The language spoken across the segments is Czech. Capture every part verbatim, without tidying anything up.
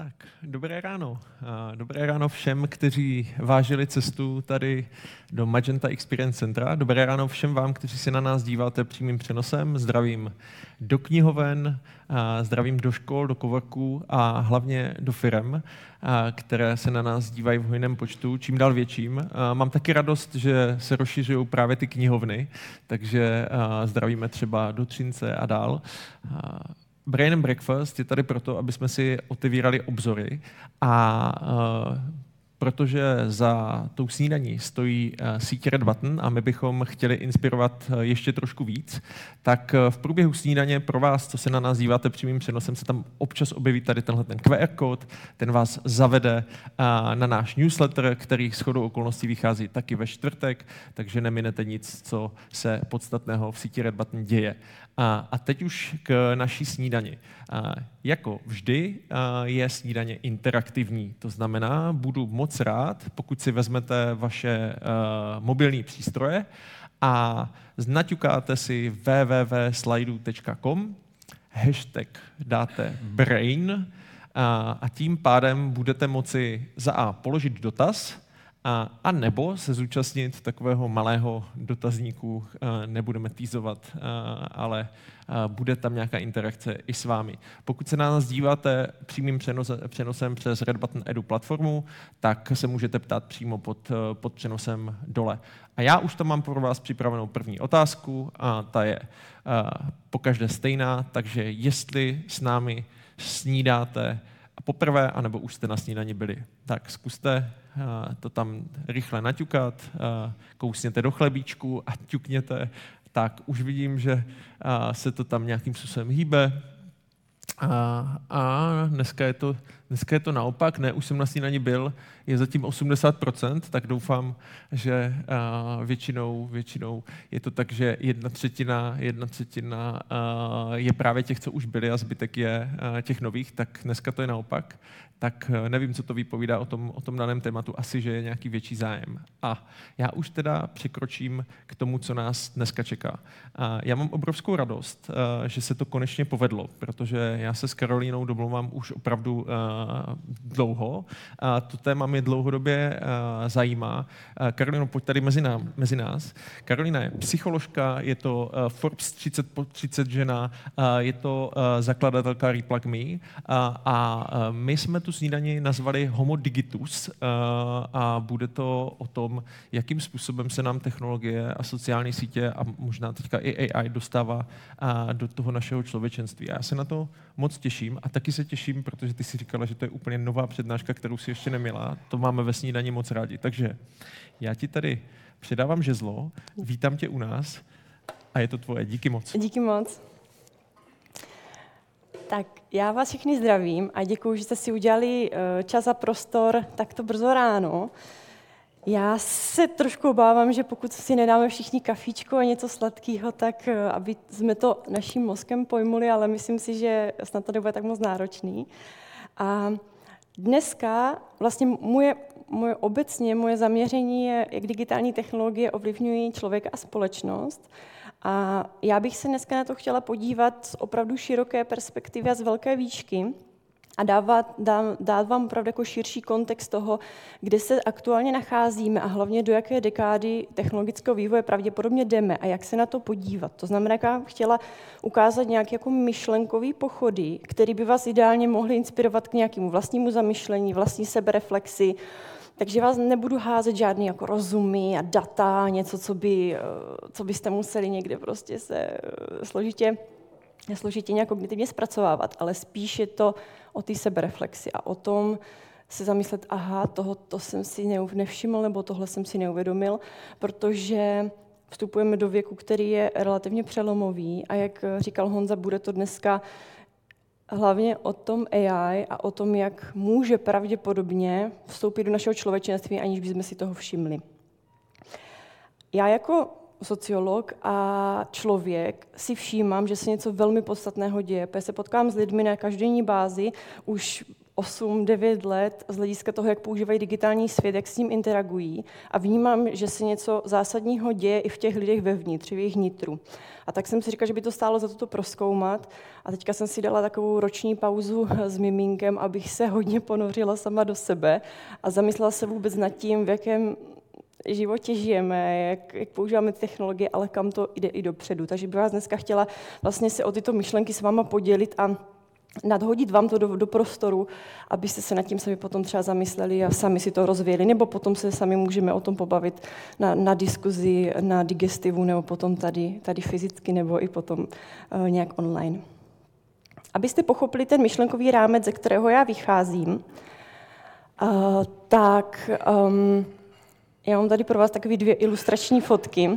Tak, dobré ráno. Dobré ráno všem, kteří vážili cestu tady do Magenta Experience Centra. Dobré ráno všem vám, kteří se na nás díváte přímým přenosem. Zdravím do knihoven, zdravím do škol, do coworků a hlavně do firem, které se na nás dívají v hojném počtu, čím dál větším. Mám taky radost, že se rozšiřují právě ty knihovny, takže zdravíme třeba do Třince a dál. Brain and Breakfast je tady proto, aby jsme si otevírali obzory a uh, protože za tou snídaní stojí uh, síť Red Button a my bychom chtěli inspirovat uh, ještě trošku víc, tak uh, v průběhu snídaně pro vás, co se na nás díváte přímým přenosem, se tam občas objeví tady tenhle ten Q R kód, ten vás zavede uh, na náš newsletter, který shodou okolností vychází taky ve čtvrtek, takže neminete nic, co se podstatného v síti Red Button děje. A, a teď už k naší snídani. A jako vždy a je snídaně interaktivní, to znamená, budu moc rád, pokud si vezmete vaše uh, mobilní přístroje a naťukáte si w w w tečka slido tečka com, hashtag dáte brain a, a tím pádem budete moci za A položit dotaz, A, a nebo se zúčastnit takového malého dotazníku, nebudeme týzovat, ale bude tam nějaká interakce i s vámi. Pokud se na nás díváte přímým přenosem přes Red Button Edu platformu, tak se můžete ptát přímo pod, pod přenosem dole. A já už tam mám pro vás připravenou první otázku a ta je pokaždé stejná, takže jestli s námi snídáte poprvé, anebo už jste na snídani byli. Tak zkuste to tam rychle naťukat, kousněte do chlebíčku a ťukněte. Tak už vidím, že se to tam nějakým způsobem hýbe. A, a dneska, je to, dneska je to naopak, ne, už jsem na snídani byl, je zatím osmdesát procent, tak doufám, že uh, většinou, většinou je to tak, že jedna třetina, jedna třetina uh, je právě těch, co už byli a zbytek je uh, těch nových, tak dneska to je naopak. Tak uh, nevím, co to vypovídá o tom, o tom daném tématu, asi, že je nějaký větší zájem. A já už teda překročím k tomu, co nás dneska čeká. Uh, já mám obrovskou radost, uh, že se to konečně povedlo, protože já se s Karolínou domluvám už opravdu uh, dlouho. A to téma mě dlouhodobě uh, zajímá. Uh, Karolíno, pojď tady mezi, nám, mezi nás. Karolína je psycholožka, je to uh, Forbes třicet po třicet žena, uh, je to uh, zakladatelka Replug Me uh, a uh, my jsme tu snídani nazvali Homo Digitus uh, a bude to o tom, jakým způsobem se nám technologie a sociální sítě a možná teďka i A I dostává uh, do toho našeho člověčenství. Já se na to moc těším a taky se těším, protože ty si říkala, že to je úplně nová přednáška, kterou si ještě neměla. To máme ve snídani moc rádi. Takže já ti tady předávám žezlo, vítám tě u nás a je to tvoje. Díky moc. Díky moc. Tak já vás všichni zdravím a děkuji, že jste si udělali čas a prostor takto brzo ráno. Já se trošku obávám, že pokud si nedáme všichni kafíčko a něco sladkého, tak aby jsme to naším mozkem pojmuli, ale myslím si, že snad to nebude tak moc náročný. A dneska vlastně moje, moje obecně moje zaměření je, jak digitální technologie ovlivňují člověka a společnost. A já bych se dneska na to chtěla podívat z opravdu široké perspektivy a z velké výšky a dávat, dá, dát vám opravdu jako širší kontext toho, kde se aktuálně nacházíme a hlavně do jaké dekády technologického vývoje pravděpodobně jdeme a jak se na to podívat. To znamená, že jsem chtěla ukázat nějaké jako myšlenkový pochody, které by vás ideálně mohly inspirovat k nějakému vlastnímu zamyšlení, vlastní sebereflexi. Takže vás nebudu házet žádný jako rozumy a data, něco, co, by, co byste museli někde prostě se složitě, složitě nějak kognitivně zpracovávat, ale spíš je to o té sebereflexi a o tom se zamyslet, aha, toho to jsem si nevšiml, nebo tohle jsem si neuvědomil, protože vstupujeme do věku, který je relativně přelomový a jak říkal Honza, bude to dneska hlavně o tom A I a o tom, jak může pravděpodobně vstoupit do našeho člověčenství, aniž bychom si toho všimli. Já jako sociolog a člověk si všímám, že se něco velmi podstatného děje, protože se potkám s lidmi na každodenní bázi už osm devět let z hlediska toho, jak používají digitální svět, jak s ním interagují a vnímám, že se něco zásadního děje i v těch lidech vevnitř, v jejich nitru. A tak jsem si říkala, že by to stálo za to prozkoumat a teďka jsem si dala takovou roční pauzu s miminkem, abych se hodně ponořila sama do sebe a zamyslela se vůbec nad tím, v jakém životě žijeme, jak, jak používáme technologie, ale kam to jde i dopředu. Takže bych vás dneska chtěla vlastně se o tyto myšlenky s váma podělit a nadhodit vám to do, do prostoru, abyste se nad tím sami potom třeba zamysleli a sami si to rozvíjeli, nebo potom se sami můžeme o tom pobavit na, na diskuzi, na digestivu, nebo potom tady, tady fyzicky, nebo i potom uh, nějak online. Abyste pochopili ten myšlenkový rámec, ze kterého já vycházím, uh, tak um, já mám tady pro vás takové dvě ilustrační fotky.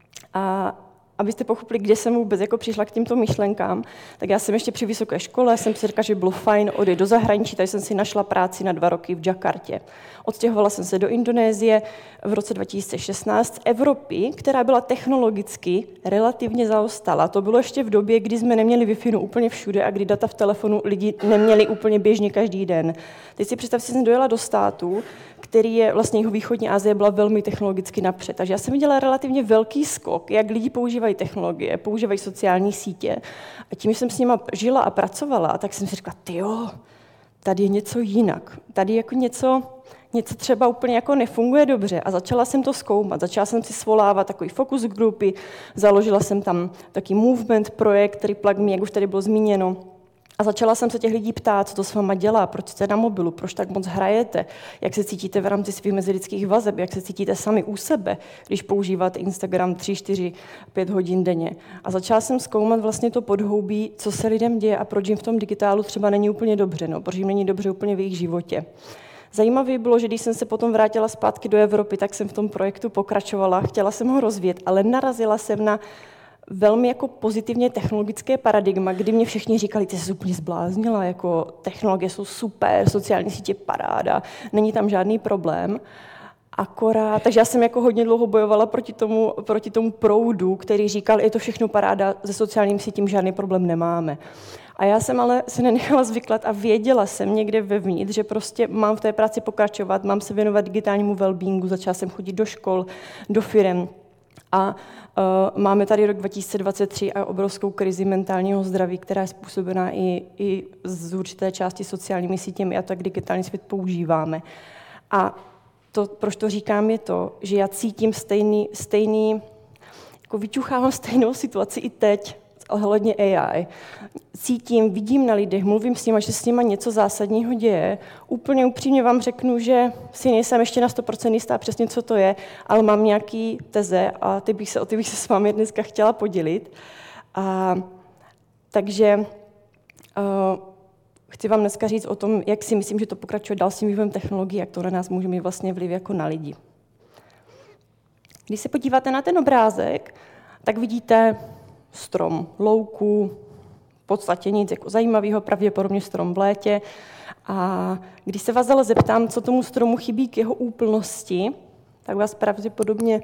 A abyste pochopili, kde jsem vůbec jako přišla k těmto myšlenkám, tak já jsem ještě při vysoké škole, jsem si říkala, že by bylo fajn odejít do zahraničí, tady jsem si našla práci na dva roky v Jakartě. Odstěhovala jsem se do Indonésie v roce dva tisíce šestnáct z Evropy, která byla technologicky relativně zaostala. To bylo ještě v době, kdy jsme neměli Wi-Fi úplně všude a kdy data v telefonu lidi neměli úplně běžně každý den. Teď si představ, že jsem dojela do státu, který je vlastně jeho východní Asie byla velmi technologicky napřed. Takže já jsem viděla relativně velký skok, jak lidi používají technologie, používají sociální sítě. A tím, že jsem s nima žila a pracovala, tak jsem si říkala, tyjo, tady je něco jinak. Tady jako něco, něco třeba úplně jako nefunguje dobře. A začala jsem to zkoumat. Začala jsem si svolávat takový focus grupy, založila jsem tam taký movement projekt, který Plug Me, jak už tady bylo zmíněno. A začala jsem se těch lidí ptát, co to s váma dělá, proč jste na mobilu, proč tak moc hrajete, jak se cítíte v rámci svých mezilidských vazeb, jak se cítíte sami u sebe, když používáte Instagram tři, čtyři, pět hodin denně. A začala jsem zkoumat vlastně to podhoubí, co se lidem děje a proč jim v tom digitálu třeba není úplně dobře, no, proč jim není dobře úplně v jejich životě. Zajímavé bylo, že když jsem se potom vrátila zpátky do Evropy, tak jsem v tom projektu pokračovala, chtěla jsem ho rozvíjet, ale narazila jsem na velmi jako pozitivně technologické paradigma, kdy mě všichni říkali, ty jsi úplně zbláznila, jako technologie jsou super, sociální sítě paráda, není tam žádný problém. Akorát, takže já jsem jako hodně dlouho bojovala proti tomu, proti tomu proudu, který říkal, je to všechno paráda, se sociálním sítím žádný problém nemáme. A já jsem ale se nenechala zvyklat a věděla jsem někde vevnitř, že prostě mám v té práci pokračovat, mám se věnovat digitálnímu wellbeingu, začala jsem chodit do škol, do firem. A uh, máme tady rok dva tisíce dvacet tři a obrovskou krizi mentálního zdraví, která je způsobená i, i z určité části sociálními sítěmi a tak digitální svět používáme. A to, proč to říkám, je to, že já cítím stejný, stejný jako vyčuchávám stejnou situaci i teď, ohledně A I. Cítím, vidím na lidech, mluvím s nimi, že s nimi něco zásadního děje. Úplně upřímně vám řeknu, že si nejsem ještě na sto procent jistá přesně, co to je, ale mám nějaký teze a ty bych se, o ty bych se s vámi dneska chtěla podělit. A, takže uh, chci vám dneska říct o tom, jak si myslím, že to pokračuje dál s tím vývojem technologií, jak to na nás může mít vlastně vliv jako na lidi. Když se podíváte na ten obrázek, tak vidíte strom louku, v podstatě nic jako zajímavého, pravděpodobně strom v létě. A když se vás ale zeptám, co tomu stromu chybí k jeho úplnosti, tak vás pravděpodobně...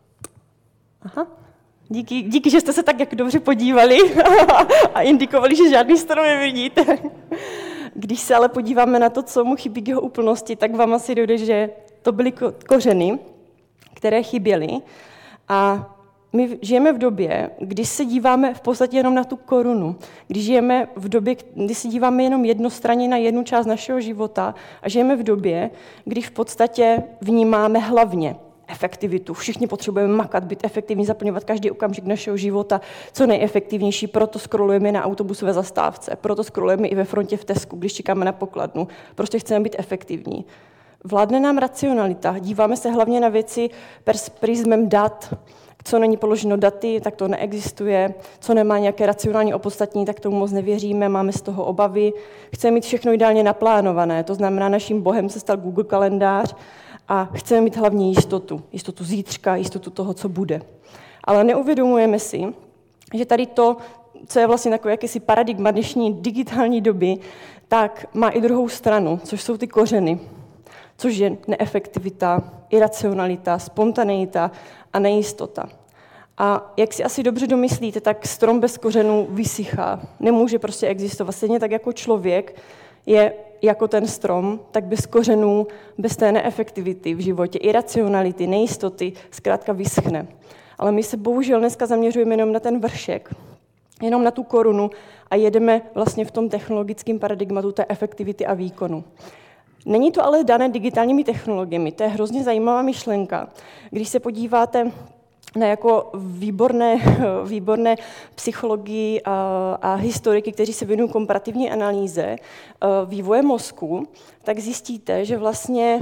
Aha, díky, díky, že jste se tak jak dobře podívali a indikovali, že žádný strom nevidíte. Když se ale podíváme na to, co mu chybí k jeho úplnosti, tak vám asi dojde, že to byly kořeny, které chyběly. A my žijeme v době, kdy se díváme v podstatě jenom na tu korunu, když žijeme v době, kdy se díváme jenom jednostranně na jednu část našeho života a žijeme v době, kdy v podstatě vnímáme hlavně efektivitu. Všichni potřebujeme makat, být efektivní, zaplňovat každý okamžik našeho života, co nejefektivnější, proto scrollujeme na autobusové zastávce, proto scrollujeme i ve frontě v Tesku, když čekáme na pokladnu, prostě chceme být efektivní. Vládne nám racionalita, díváme se hlavně na věci prismem dat. Co není položeno daty, tak to neexistuje. Co nemá nějaké racionální opodstatnění, tak tomu moc nevěříme, máme z toho obavy. Chceme mít všechno ideálně naplánované, to znamená, naším bohem se stal Google kalendář a chceme mít hlavně jistotu. Jistotu zítřka, jistotu toho, co bude. Ale neuvědomujeme si, že tady to, co je vlastně takové jakýsi paradigma dnešní digitální doby, tak má i druhou stranu, což jsou ty kořeny. Což je neefektivita, iracionalita, spontaneita a nejistota. A jak si asi dobře domyslíte, tak strom bez kořenů vysychá. Nemůže prostě existovat. Stejně tak jako člověk je jako ten strom, tak bez kořenů, bez té neefektivity v životě, iracionality, nejistoty, zkrátka vyschne. Ale my se bohužel dneska zaměřujeme jenom na ten vršek, jenom na tu korunu a jedeme vlastně v tom technologickém paradigmatu té efektivity a výkonu. Není to ale dané digitálními technologiemi, to je hrozně zajímavá myšlenka. Když se podíváte na jako výborné, výborné psychologii a, a historiky, kteří se věnují komparativní analýze vývoje mozku, tak zjistíte, že vlastně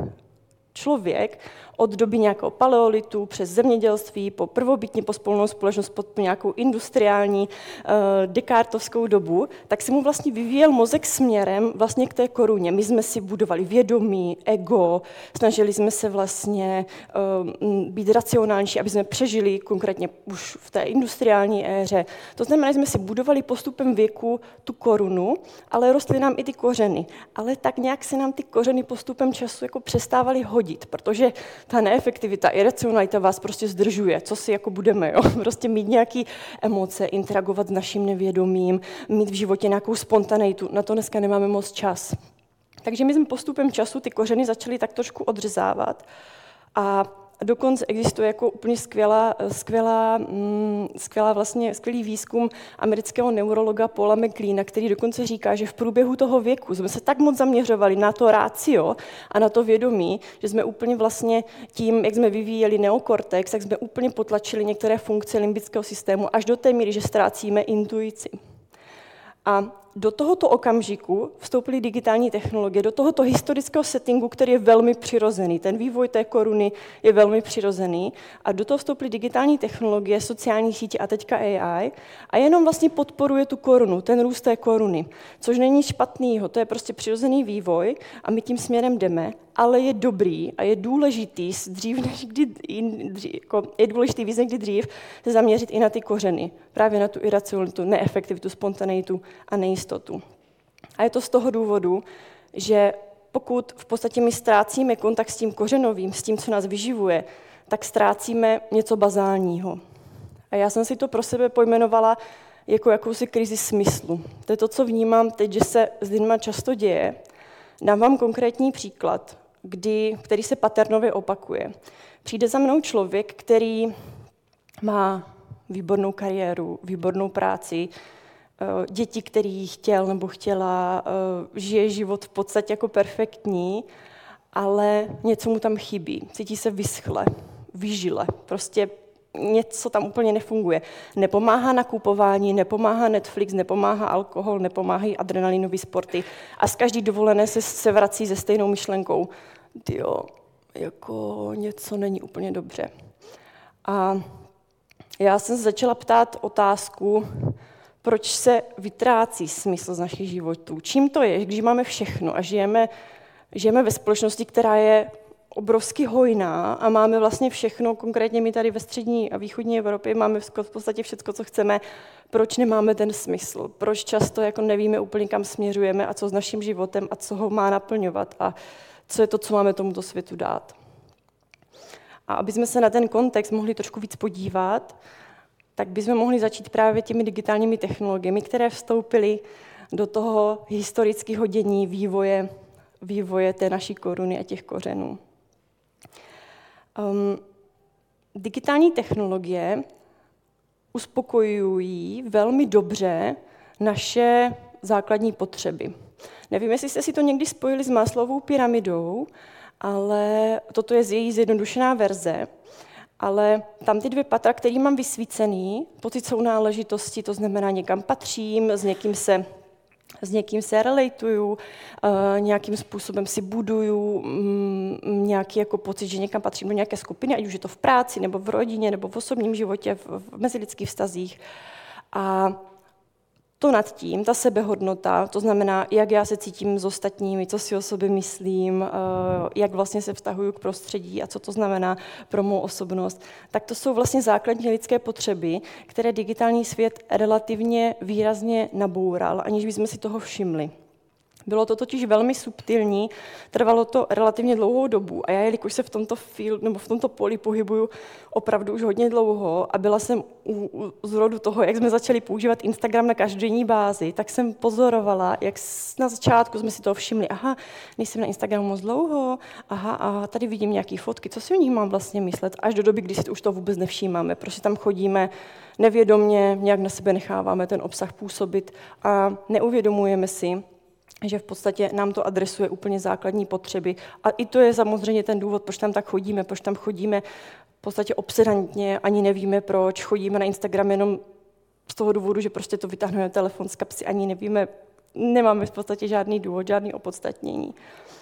člověk od doby nějakého paleolitu přes zemědělství, po prvobitně pospolnou společnost, po nějakou industriální uh, descartovskou dobu, tak se mu vlastně vyvíjel mozek směrem vlastně k té koruně. My jsme si budovali vědomí, ego, snažili jsme se vlastně uh, být racionálnější, aby jsme přežili konkrétně už v té industriální éře. To znamená, že jsme si budovali postupem věku tu korunu, ale rostly nám i ty kořeny. Ale tak nějak se nám ty kořeny postupem času jako přestávaly hodit, protože ta neefektivita, iracionalita vás prostě zdržuje. Co si jako budeme, jo? Prostě mít nějaké emoce, interagovat s naším nevědomím, mít v životě nějakou spontaneitu. Na to dneska nemáme moc čas. Takže my jsme postupem času ty kořeny začali tak trošku odřezávat a dokonce existuje jako úplně skvělá, skvělá, mm, skvělá vlastně, skvělý výzkum amerického neurologa Paula McLeana, který dokonce říká, že v průběhu toho věku jsme se tak moc zaměřovali na to ratio a na to vědomí, že jsme úplně vlastně tím, jak jsme vyvíjeli neokortex, tak jsme úplně potlačili některé funkce limbického systému až do té míry, že ztrácíme intuici. A do tohoto okamžiku vstoupily digitální technologie, do tohoto historického settingu, který je velmi přirozený. Ten vývoj té koruny je velmi přirozený a do toho vstoupily digitální technologie, sociální sítě a teďka A I a jenom vlastně podporuje tu korunu, ten růst té koruny, což není špatnýho, to je prostě přirozený vývoj a my tím směrem jdeme, ale je dobrý a je důležitý dřív než kdy, dřív, jako je důležitý víc než kdy dřív se zaměřit i na ty kořeny, právě na tu iracionalitu, neefektivitu, spontaneitu a nejistotu. A je to z toho důvodu, že pokud v podstatě my ztrácíme kontakt s tím kořenovým, s tím, co nás vyživuje, tak ztrácíme něco bazálního. A já jsem si to pro sebe pojmenovala jako jakousi krizi smyslu. To je to, co vnímám teď, že se s lidmi často děje. Dám vám konkrétní příklad, kdy, který se paternově opakuje. Přijde za mnou člověk, který má výbornou kariéru, výbornou práci, děti, který chtěl nebo chtěla, žije život v podstatě jako perfektní, ale něco mu tam chybí. Cítí se vyschle, vyžile, prostě něco tam úplně nefunguje. Nepomáhá nakupování, nepomáhá Netflix, nepomáhá alkohol, nepomáhají adrenalinové sporty a z každý dovolené se, se vrací se stejnou myšlenkou. Tyjo, jako něco není úplně dobře. A já jsem se začala ptát otázku, proč se vytrácí smysl z našich životů. Čím to je, když máme všechno a žijeme, žijeme ve společnosti, která je obrovsky hojná a máme vlastně všechno, konkrétně my tady ve střední a východní Evropě máme v podstatě všechno, co chceme, proč nemáme ten smysl, proč často jako nevíme úplně, kam směřujeme a co s naším životem a co ho má naplňovat a co je to, co máme tomuto světu dát. A aby jsme se na ten kontext mohli trošku víc podívat, tak bychom mohli začít právě těmi digitálními technologiemi, které vstoupily do toho historického dění vývoje, vývoje té naší koruny a těch kořenů. Um, digitální technologie uspokojují velmi dobře naše základní potřeby. Nevím, jestli jste si to někdy spojili s Maslowovou pyramidou, ale toto je její zjednodušená verze. Ale tam ty dvě patra, které mám vysvícený, pocit sounáležitosti, to znamená někam patřím, s někým se, s někým se relatuju, uh, nějakým způsobem si buduju um, nějaký jako pocit, že někam patřím do nějaké skupiny, ať už je to v práci, nebo v rodině, nebo v osobním životě, v, v mezilidských vztazích. A to nad tím, ta sebehodnota, to znamená, jak já se cítím s ostatními, co si o sobě myslím, jak vlastně se vztahuju k prostředí a co to znamená pro mou osobnost, tak to jsou vlastně základní lidské potřeby, které digitální svět relativně výrazně naboural, aniž bychom si toho všimli. Bylo to totiž velmi subtilní, trvalo to relativně dlouhou dobu a já, jelikož se v tomto field, nebo v tomto poli pohybuju opravdu už hodně dlouho a byla jsem u, u zrodu toho, jak jsme začali používat Instagram na každodenní bázi, tak jsem pozorovala, jak na začátku jsme si toho všimli, aha, nejsem na Instagramu moc dlouho, aha, a tady vidím nějaké fotky, co si o nich mám vlastně myslet, až do doby, kdy si už to vůbec nevšímáme, prostě tam chodíme nevědomně, nějak na sebe necháváme ten obsah působit a neuvědomujeme si, že v podstatě nám to adresuje úplně základní potřeby. A i to je samozřejmě ten důvod, proč tam tak chodíme, proč tam chodíme v podstatě obsedantně, ani nevíme proč, chodíme na Instagram jenom z toho důvodu, že prostě to vytáhneme telefon z kapsy, ani nevíme, nemáme v podstatě žádný důvod, žádný opodstatnění.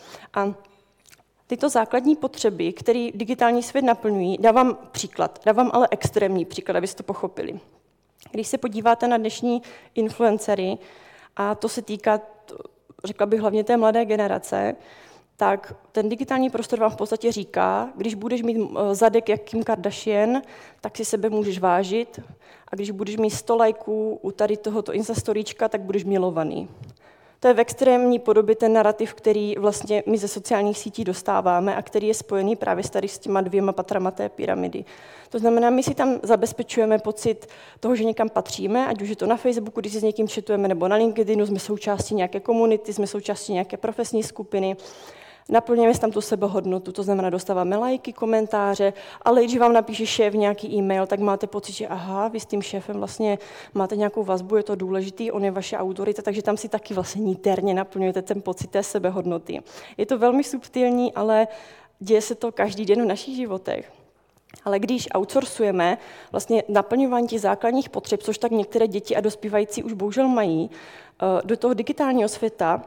A tyto základní potřeby, které digitální svět naplňují, dávám příklad, dávám ale extrémní příklad, abyste to pochopili. Když se podíváte na dnešní influencery, a to se týká, řekla bych hlavně té mladé generace, tak ten digitální prostor vám v podstatě říká, když budeš mít zadek jak Kim Kardashian, tak si sebe můžeš vážit a když budeš mít sto lajků u tady tohoto Instastoríčka, tak budeš milovaný. To je v extrémní podobě ten narrativ, který vlastně my ze sociálních sítí dostáváme a který je spojený právě s tady s těma dvěma patrama té pyramidy. To znamená, my si tam zabezpečujeme pocit toho, že někam patříme, ať už je to na Facebooku, když si s někým chatujeme, nebo na LinkedInu, jsme součástí nějaké komunity, jsme součástí nějaké profesní skupiny. Naplňujeme tam tu sebehodnotu, to znamená, dostáváme lajky, komentáře, ale když vám napíše šéf nějaký e-mail, tak máte pocit, že aha, vy s tím šéfem vlastně máte nějakou vazbu, je to důležitý, on je vaše autorita, takže tam si taky vlastně niterně naplňujete ten pocit té sebehodnoty. Je to velmi subtilní, ale děje se to každý den v našich životech. Ale když outsourcujeme vlastně naplňování těch základních potřeb, což tak některé děti a dospívající už bohužel mají, do toho digitálního světa,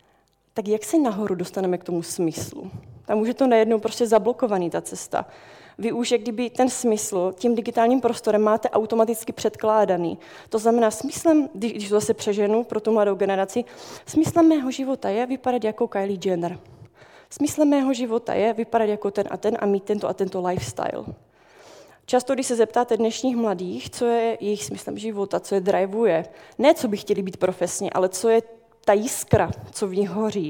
tak jak se nahoru dostaneme k tomu smyslu? Tam už je to najednou prostě zablokovaný, ta cesta. Vy už, jak kdyby ten smysl tím digitálním prostorem máte automaticky předkládaný. To znamená, smyslem, když to zase přeženu pro tu mladou generaci, smyslem mého života je vypadat jako Kylie Jenner. Smyslem mého života je vypadat jako ten a ten a mít tento a tento lifestyle. Často, když se zeptáte dnešních mladých, co je jejich smyslem života, co je drivuje, ne co by chtěli být profesně, ale co je ta jiskra, co v nich hoří,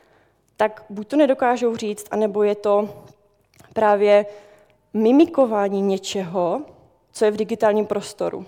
tak buď to nedokážou říct, anebo je to právě mimikování něčeho, co je v digitálním prostoru.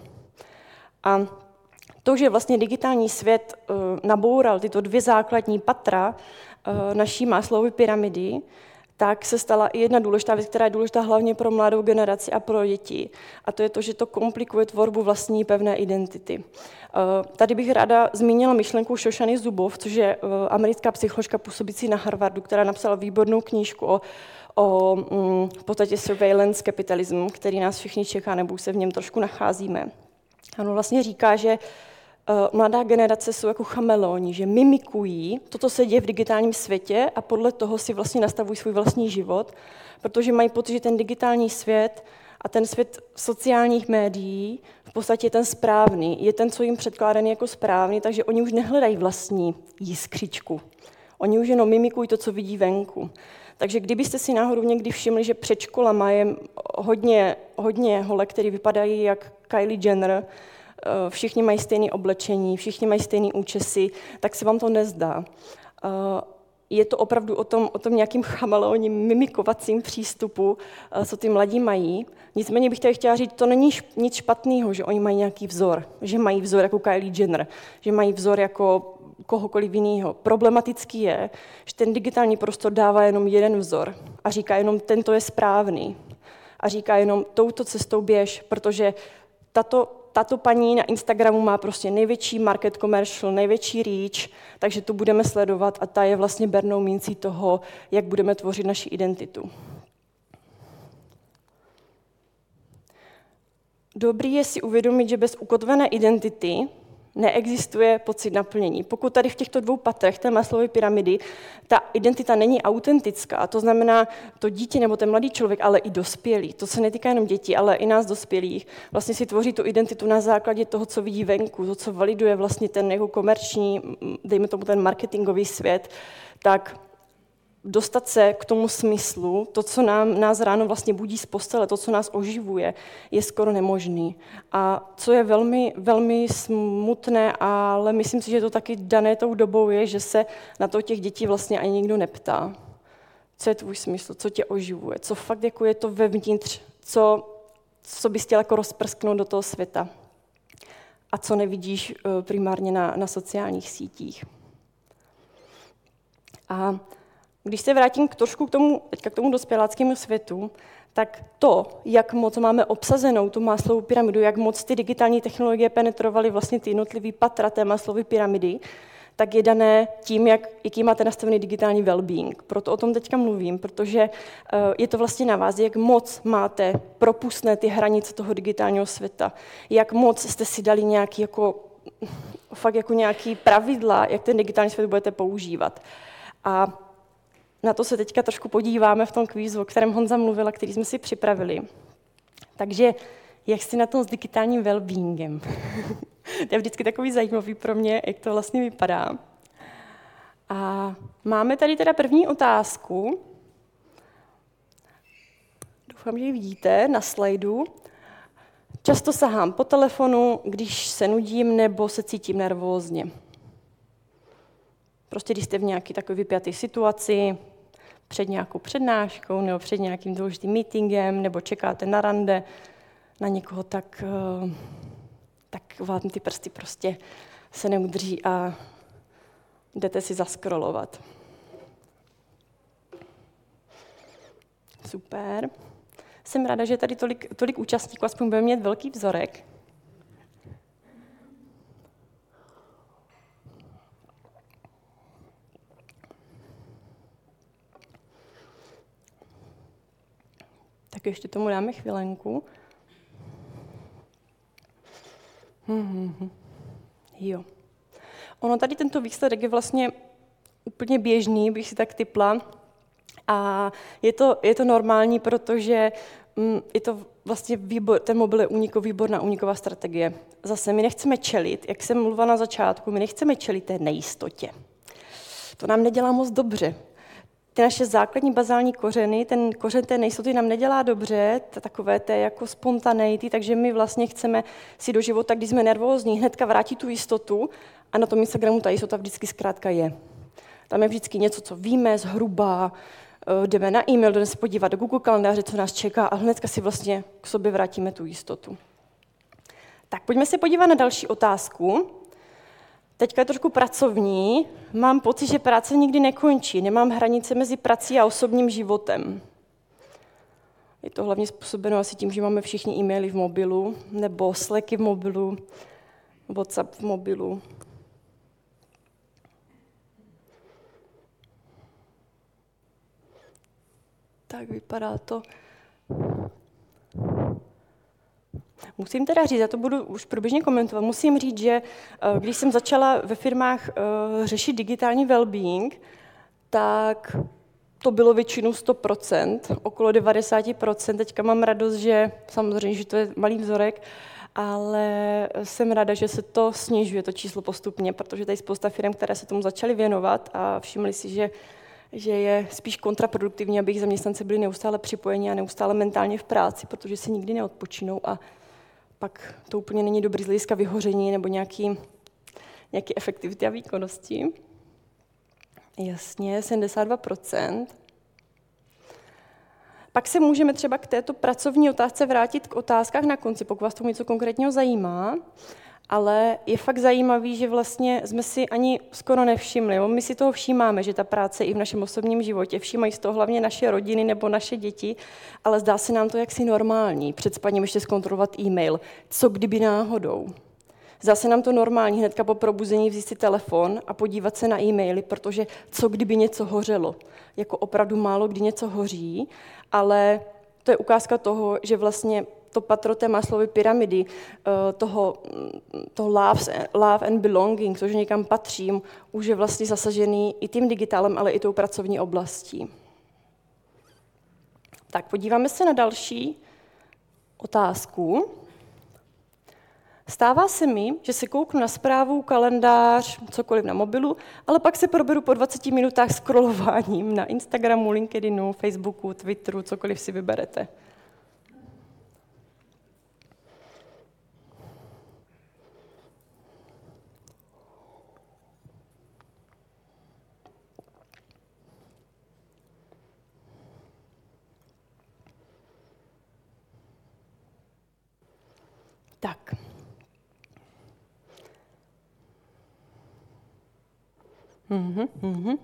A to, že vlastně digitální svět uh, naboural tyto dvě základní patra uh, naší Maslowovy pyramidy, tak se stala i jedna důležitá věc, která je důležitá hlavně pro mladou generaci a pro děti. A to je to, že to komplikuje tvorbu vlastní pevné identity. Tady bych ráda zmínila myšlenku Shoshany Zuboff, což je americká psycholožka působící na Harvardu, která napsala výbornou knížku o, o v podstatě surveillance capitalism, který nás všichni čeká, nebo už se v něm trošku nacházíme. Ano, vlastně říká, že mladá generace jsou jako chameleoni, že mimikují to, co se děje v digitálním světě a podle toho si vlastně nastavují svůj vlastní život, protože mají pocit, že ten digitální svět a ten svět sociálních médií v podstatě je ten správný, je ten, co jim předkládaný jako správný, takže oni už nehledají vlastní jiskřičku. Oni už jenom mimikují to, co vidí venku. Takže kdybyste si náhodou někdy všimli, že před školama je hodně, hodně holek, který vypadají jak Kylie Jenner, všichni mají stejné oblečení, všichni mají stejné účesy, tak se vám to nezdá. Je to opravdu o tom, o tom nějakým chameleonním mimikovacím přístupu, co ty mladí mají. Nicméně bych tady chtěla říct, to není nic špatného, že oni mají nějaký vzor, že mají vzor jako Kylie Jenner, že mají vzor jako kohokoliv jiného. Problematický je, že ten digitální prostor dává jenom jeden vzor a říká jenom, tento je správný. A říká jenom, touto cestou běž, protože tato Tato paní na Instagramu má prostě největší market commercial, největší reach, takže tu budeme sledovat a ta je vlastně bernou mincí toho, jak budeme tvořit naši identitu. Dobrý je si uvědomit, že bez ukotvené identity neexistuje pocit naplnění. Pokud tady v těchto dvou patrech té Maslowovy pyramidy ta identita není autentická, to znamená to dítě nebo ten mladý člověk, ale i dospělý, to se netýká jenom dětí, ale i nás dospělých, vlastně si tvoří tu identitu na základě toho, co vidí venku, to, co validuje vlastně ten jeho komerční, dejme tomu ten marketingový svět, tak dostat se k tomu smyslu, to, co nám, nás ráno vlastně budí z postele, to, co nás oživuje, je skoro nemožný. A co je velmi, velmi smutné, ale myslím si, že je to taky dané tou dobou, je, že se na to těch dětí vlastně ani nikdo neptá. Co je tvůj smysl, co tě oživuje, co fakt jako je to vevnitř, co, co bys chtěl jako rozprsknout do toho světa a co nevidíš primárně na, na sociálních sítích. A když se vrátím k trošku k tomu, teďka k tomu dospěláckému světu, tak to, jak moc máme obsazenou tu Maslowovu pyramidu, jak moc ty digitální technologie penetrovaly vlastně ty jednotlivý patra té Maslowovy pyramidy, tak je dané tím, jak, jaký máte nastavený digitální well-being. Proto o tom teďka mluvím, protože uh, je to vlastně na vás, jak moc máte propustné ty hranice toho digitálního světa, jak moc jste si dali nějaký jako, fakt jako nějaký pravidla, jak ten digitální svět budete používat. A na to se teďka trošku podíváme v tom kvízu, o kterém Honza mluvila, který jsme si připravili. Takže jak jsi na tom s digitálním well-beingem? To je vždycky takový zajímavý pro mě, jak to vlastně vypadá. A máme tady teda první otázku. Doufám, že ji vidíte na slajdu. Často sahám po telefonu, když se nudím nebo se cítím nervózně. Prostě když jste v nějaké takové vypjaté situaci, před nějakou přednáškou nebo před nějakým důležitým meetingem, nebo čekáte na rande na někoho, tak, tak vám ty prsty prostě se neudrží a jdete si zaskrolovat. Super. Jsem ráda, že tady tolik, tolik účastníků, aspoň bude mít velký vzorek. Tak ještě tomu dáme chvilenku. Hmm. Jo. Ono tady tento výsledek je vlastně úplně běžný, bych si tak tipla. A je to, je to normální, protože mm, je to vlastně výbor, ten mobil je únikový, výborná úniková strategie. Zase my nechceme čelit, jak jsem mluvila na začátku, my nechceme čelit té nejistotě. To nám nedělá moc dobře. Ty naše základní bazální kořeny, ten kořen té nejistoty nám nedělá dobře, takové té jako spontaneity, takže my vlastně chceme si do života, když jsme nervózní, hnedka vrátit tu jistotu a na tom Instagramu ta jistota vždycky zkrátka je. Tam je vždycky něco, co víme, zhruba, jdeme na e-mail, jdeme se podívat do Google kalendáře, co nás čeká a hnedka si vlastně k sobě vrátíme tu jistotu. Tak pojďme se podívat na další otázku. Teďka je trošku pracovní. Mám pocit, že práce nikdy nekončí. Nemám hranice mezi prací a osobním životem. Je to hlavně způsobeno asi tím, že máme všichni e-maily v mobilu, nebo Slacky v mobilu, WhatsApp v mobilu. Tak vypadá to. Musím teda říct, já to budu už průběžně komentovat, musím říct, že když jsem začala ve firmách řešit digitální well-being, tak to bylo většinou sto procent, okolo devadesát procent. Teďka mám radost, že samozřejmě, že to je malý vzorek, ale jsem ráda, že se to snižuje, to číslo postupně, protože tady spousta firm, které se tomu začaly věnovat a všimli si, že že je spíš kontraproduktivní, aby jejich zaměstnanci byli neustále připojeni a neustále mentálně v práci, protože si nikdy neodpočinou a pak to úplně není dobrý z hlediska vyhoření nebo nějaký, nějaký efektivity a výkonnosti. Jasně, sedmdesát dva procent. Pak se můžeme třeba k této pracovní otázce vrátit k otázkách na konci, pokud vás to něco konkrétního zajímá. Ale je fakt zajímavý, že vlastně jsme si ani skoro nevšimli. My si toho všímáme, že ta práce i v našem osobním životě, všímají z toho hlavně naše rodiny nebo naše děti, ale zdá se nám to jaksi normální. Před spaním ještě zkontrolovat e-mail. Co kdyby náhodou? Zdá se nám to normální hnedka po probuzení vzít si telefon a podívat se na e-maily, protože co kdyby něco hořelo? Jako opravdu málo kdy něco hoří, ale to je ukázka toho, že vlastně to patro té Maslowovy pyramidy, toho, toho love, love and belonging, to, že někam patřím, už je vlastně zasažený i tím digitálem, ale i tou pracovní oblastí. Tak podíváme se na další otázku. Stává se mi, že si kouknu na zprávu, kalendář, cokoliv na mobilu, ale pak se proberu po dvaceti minutách scrollováním na Instagramu, LinkedInu, Facebooku, Twitteru, cokoliv si vyberete. Tak. Mhm, mhm.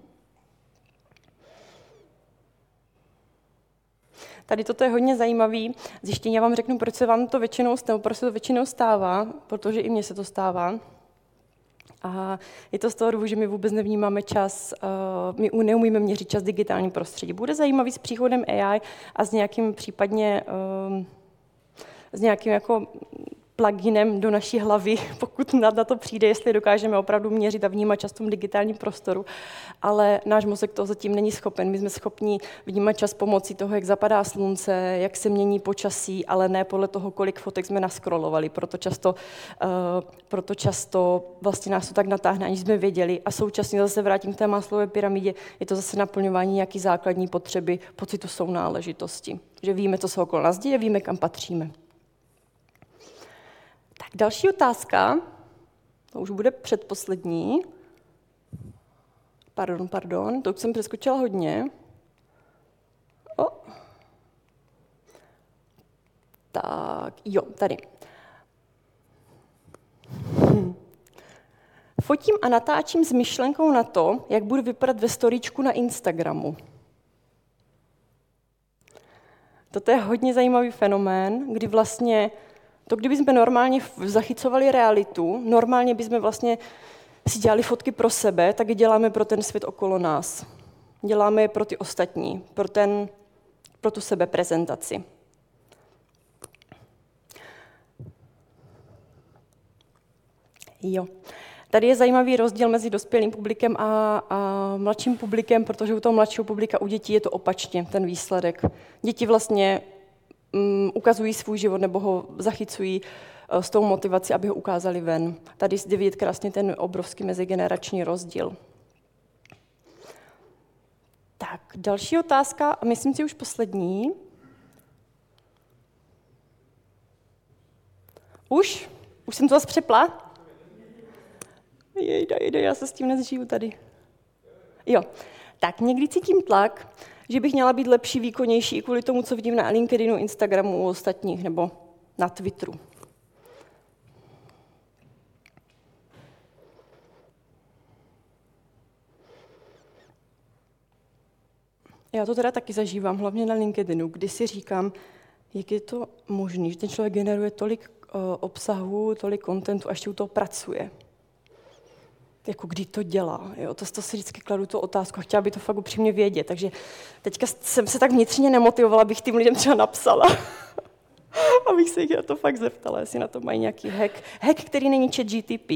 Tady toto je hodně zajímavý zjištění. Já vám řeknu, proč se vám to většinou, proč se to většinou stává, protože i mně se to stává. A je to z toho důvodu, že my vůbec nevnímáme čas, my neumíme měřit čas v digitálním prostředí. Bude zajímavý s příchodem A I a s nějakým případně s nějakým jako pluginem do naší hlavy, pokud na to přijde, jestli dokážeme opravdu měřit a vnímat čas v tom digitálním prostoru. Ale náš mozek toho zatím není schopen. My jsme schopni vnímat čas pomocí toho, jak zapadá slunce, jak se mění počasí, ale ne podle toho, kolik fotek jsme naskrolovali. Proto často, uh, proto často vlastně nás to tak natáhne, aniž jsme věděli. A současně zase vrátím k té Maslowově pyramidě, je to zase naplňování nějaký základní potřeby, pocitu sounáležitosti. Že víme, co se okolo nás děje, víme, kam patříme. Tak další otázka, to už bude předposlední. Pardon, pardon, to už jsem přeskočila hodně. O. Tak, jo, tady. Hm. Fotím a natáčím s myšlenkou na to, jak budu vypadat ve storíčku na Instagramu. Toto je hodně zajímavý fenomén, kdy vlastně to, kdybychom normálně zachycovali realitu, normálně bychom vlastně si dělali fotky pro sebe, tak je děláme pro ten svět okolo nás. Děláme je pro ty ostatní, pro, ten, pro tu sebeprezentaci. Jo. Tady je zajímavý rozdíl mezi dospělým publikem a, a mladším publikem, protože u toho mladšího publika, u dětí je to opačně, ten výsledek. Děti vlastně um, ukazují svůj život nebo ho zachycují uh, s tou motivací, aby ho ukázali ven. Tady jde vidět krásně ten obrovský mezigenerační rozdíl. Tak, další otázka, a myslím si už poslední. Už? Už jsem to zase přepla? Jejda, jejda, já se s tím nezžiju tady. Jo, tak někdy cítím tlak, že bych měla být lepší, výkonnější i kvůli tomu, co vidím na LinkedInu, Instagramu u ostatních nebo na Twitteru. Já to teda taky zažívám, hlavně na LinkedInu, kdy si říkám, jak je to možné, že ten člověk generuje tolik uh, obsahu, tolik kontentu a ještě u toho pracuje. Jako kdy to dělá. Jo? To, to si vždycky kladu tu otázku a chtěla by to fakt upřímně vědět. Takže teďka jsem se tak vnitřně nemotivovala, abych tím lidem třeba napsala. Abych se jich na to fakt zeptala, jestli na to mají nějaký hack. Hack, který není ChatGPT.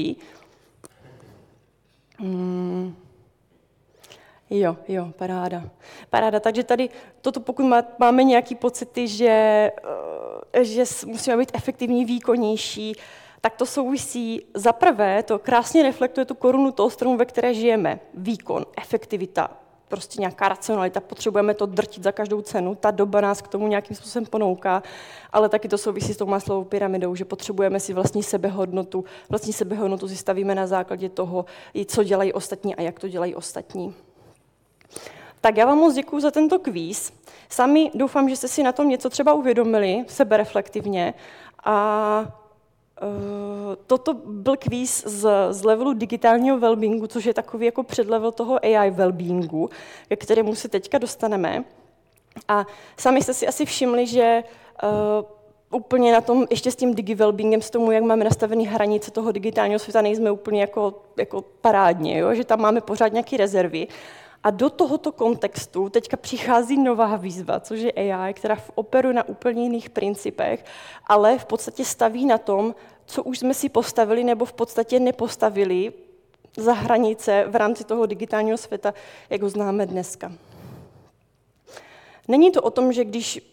Hmm. Jo, jo, paráda. Paráda, takže tady toto, pokud má, máme nějaké pocity, že, že musíme být efektivní, výkonnější, tak to souvisí. Za prvé, to krásně reflektuje tu korunu toho stromu, ve které žijeme. Výkon, efektivita, prostě nějaká racionalita, potřebujeme to drtit za každou cenu, ta doba nás k tomu nějakým způsobem ponouká, ale taky to souvisí s tou Maslowovou pyramidou, že potřebujeme si vlastní sebehodnotu, vlastní sebehodnotu si stavíme na základě toho, co dělají ostatní a jak to dělají ostatní. Tak já vám moc děkuju za tento kvíz. Sami doufám, že jste si na tom něco třeba uvědomili, sebereflektivně. A uh, toto byl kvíz z, z levelu digitálního wellbeingu, což je takový jako předlevel toho A I wellbeingu, ke kterému se teďka dostaneme. A sami jste si asi všimli, že uh, úplně na tom, ještě s tím digi-wellbeingem, s tomu, jak máme nastavené hranice toho digitálního světa, nejsme úplně jako, jako parádně, jo? Že tam máme pořád nějaké rezervy. A do tohoto kontextu teďka přichází nová výzva, což je A I, která operuje na úplně jiných principech, ale v podstatě staví na tom, co už jsme si postavili nebo v podstatě nepostavili za hranice v rámci toho digitálního světa, jak ho známe dneska. Není to o tom, že když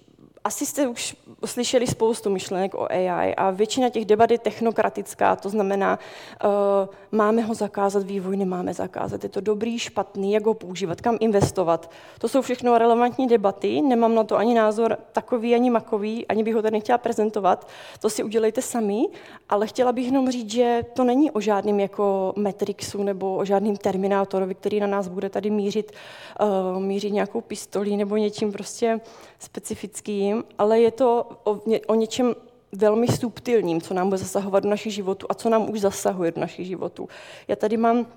Asi jste už slyšeli spoustu myšlenek o A I a většina těch debat je technokratická, to znamená, uh, máme ho zakázat, vývoj nemáme zakázat, je to dobrý, špatný, jak ho používat, kam investovat. To jsou všechno relevantní debaty, nemám na to ani názor takový, ani makový, ani bych ho tady nechtěla prezentovat, to si udělejte sami, ale chtěla bych jenom říct, že to není o žádném jako Matrixu nebo o žádném Terminátorovi, který na nás bude tady mířit, uh, mířit nějakou pistolí nebo něčím prostě specifickým, ale je to o, o něčem velmi subtilním, co nám bude zasahovat do našich životů a co nám už zasahuje do našich životů. Já tady mám uh,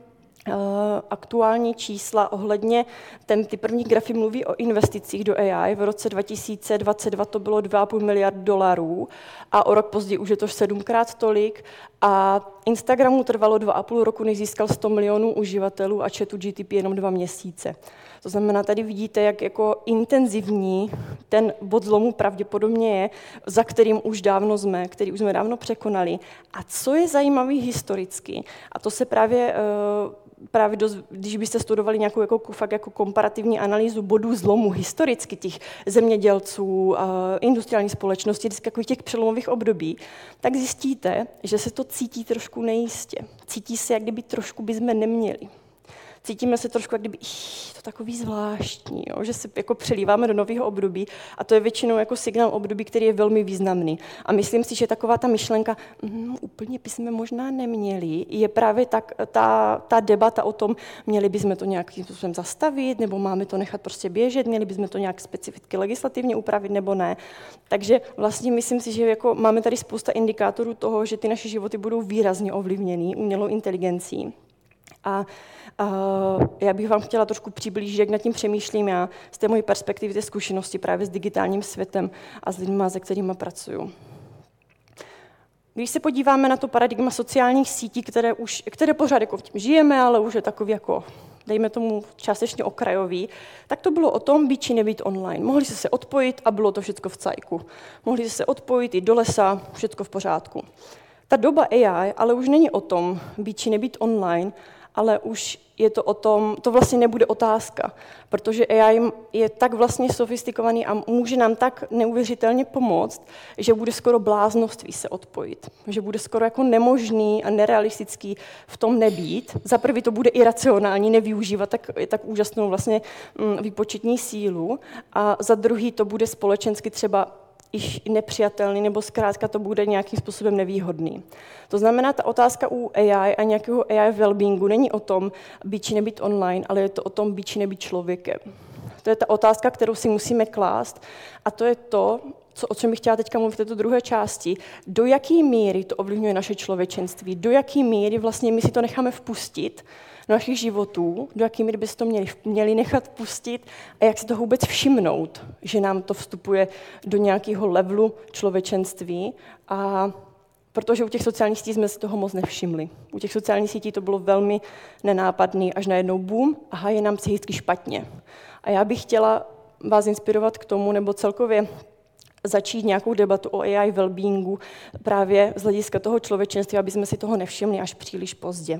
aktuální čísla ohledně, ten, ty první grafy mluví o investicích do A I. V roce dva tisíce dvacet dva to bylo dva a půl miliard dolarů a o rok později už je to sedmkrát tolik a Instagramu trvalo dva a půl roku, než získal sto milionů uživatelů a chatu G T P jenom dva měsíce. To znamená, tady vidíte, jak jako intenzivní ten bod zlomu pravděpodobně je, za kterým už dávno jsme, který už jsme dávno překonali. A co je zajímavé historicky, a to se právě, právě dost, když byste studovali nějakou jako, fakt jako komparativní analýzu bodů zlomu historicky těch zemědělců, industriální společnosti, takových těch přelomových období, tak zjistíte, že se to cítí trošku nejistě. Cítí se, jak kdyby trošku bychom neměli. Cítíme se trošku, jak kdyby to takový zvláštní, jo? Že se jako přelíváme do nového období a to je většinou jako signál období, který je velmi významný. A myslím si, že taková ta myšlenka, mm, úplně bychom možná neměli, je právě tak, ta, ta debata o tom, měli bychom to nějakým způsobem zastavit, nebo máme to nechat prostě běžet, měli bychom to nějak specificky legislativně upravit, nebo ne. Takže vlastně myslím si, že jako máme tady spousta indikátorů toho, že ty naše životy budou výrazně ovlivněny umělou inteligencí. A Uh, já bych vám chtěla trošku přiblížit, jak nad tím přemýšlím já z té mojí perspektivy, té zkušenosti právě s digitálním světem a s lidmi, se kterými pracuju. Když se podíváme na to paradigma sociálních sítí, které, už, které pořád jako v tím žijeme, ale už je takový jako, dejme tomu částečně okrajový, tak to bylo o tom být či nebýt online. Mohli jste se odpojit a bylo to všechno v cajku. Mohli jste se odpojit i do lesa, všechno v pořádku. Ta doba A I ale už není o tom být či nebýt online, ale už je to o tom, to vlastně nebude otázka, protože A I je tak vlastně sofistikovaný a může nám tak neuvěřitelně pomoct, že bude skoro bláznoství se odpojit, že bude skoro jako nemožný a nerealistický v tom nebýt. Za prvý to bude iracionální, nevyužívat tak, tak úžasnou vlastně výpočetní sílu a za druhý to bude společensky třeba již nepřijatelný, nebo zkrátka to bude nějakým způsobem nevýhodný. To znamená, ta otázka u A I a nějakého A I wellbeingu není o tom být či nebýt online, ale je to o tom být či nebýt člověkem. To je ta otázka, kterou si musíme klást a to je to, co, o čem bych chtěla teďka mluvit v této druhé části, do jaké míry to ovlivňuje naše člověčenství, do jaké míry vlastně my si to necháme vpustit do našich životů, do jaké míry by se to měli, měli nechat vpustit a jak si to vůbec všimnout, že nám to vstupuje do nějakého levelu člověčenství. A protože u těch sociálních sítí jsme si toho moc nevšimli. U těch sociálních sítí to bylo velmi nenápadný, až najednou boom, aha, je nám psychicky špatně. A já bych chtěla vás inspirovat k tomu, nebo celkově začít nějakou debatu o A I wellbeingu právě z hlediska toho člověčenství, aby jsme si toho nevšimli až příliš pozdě.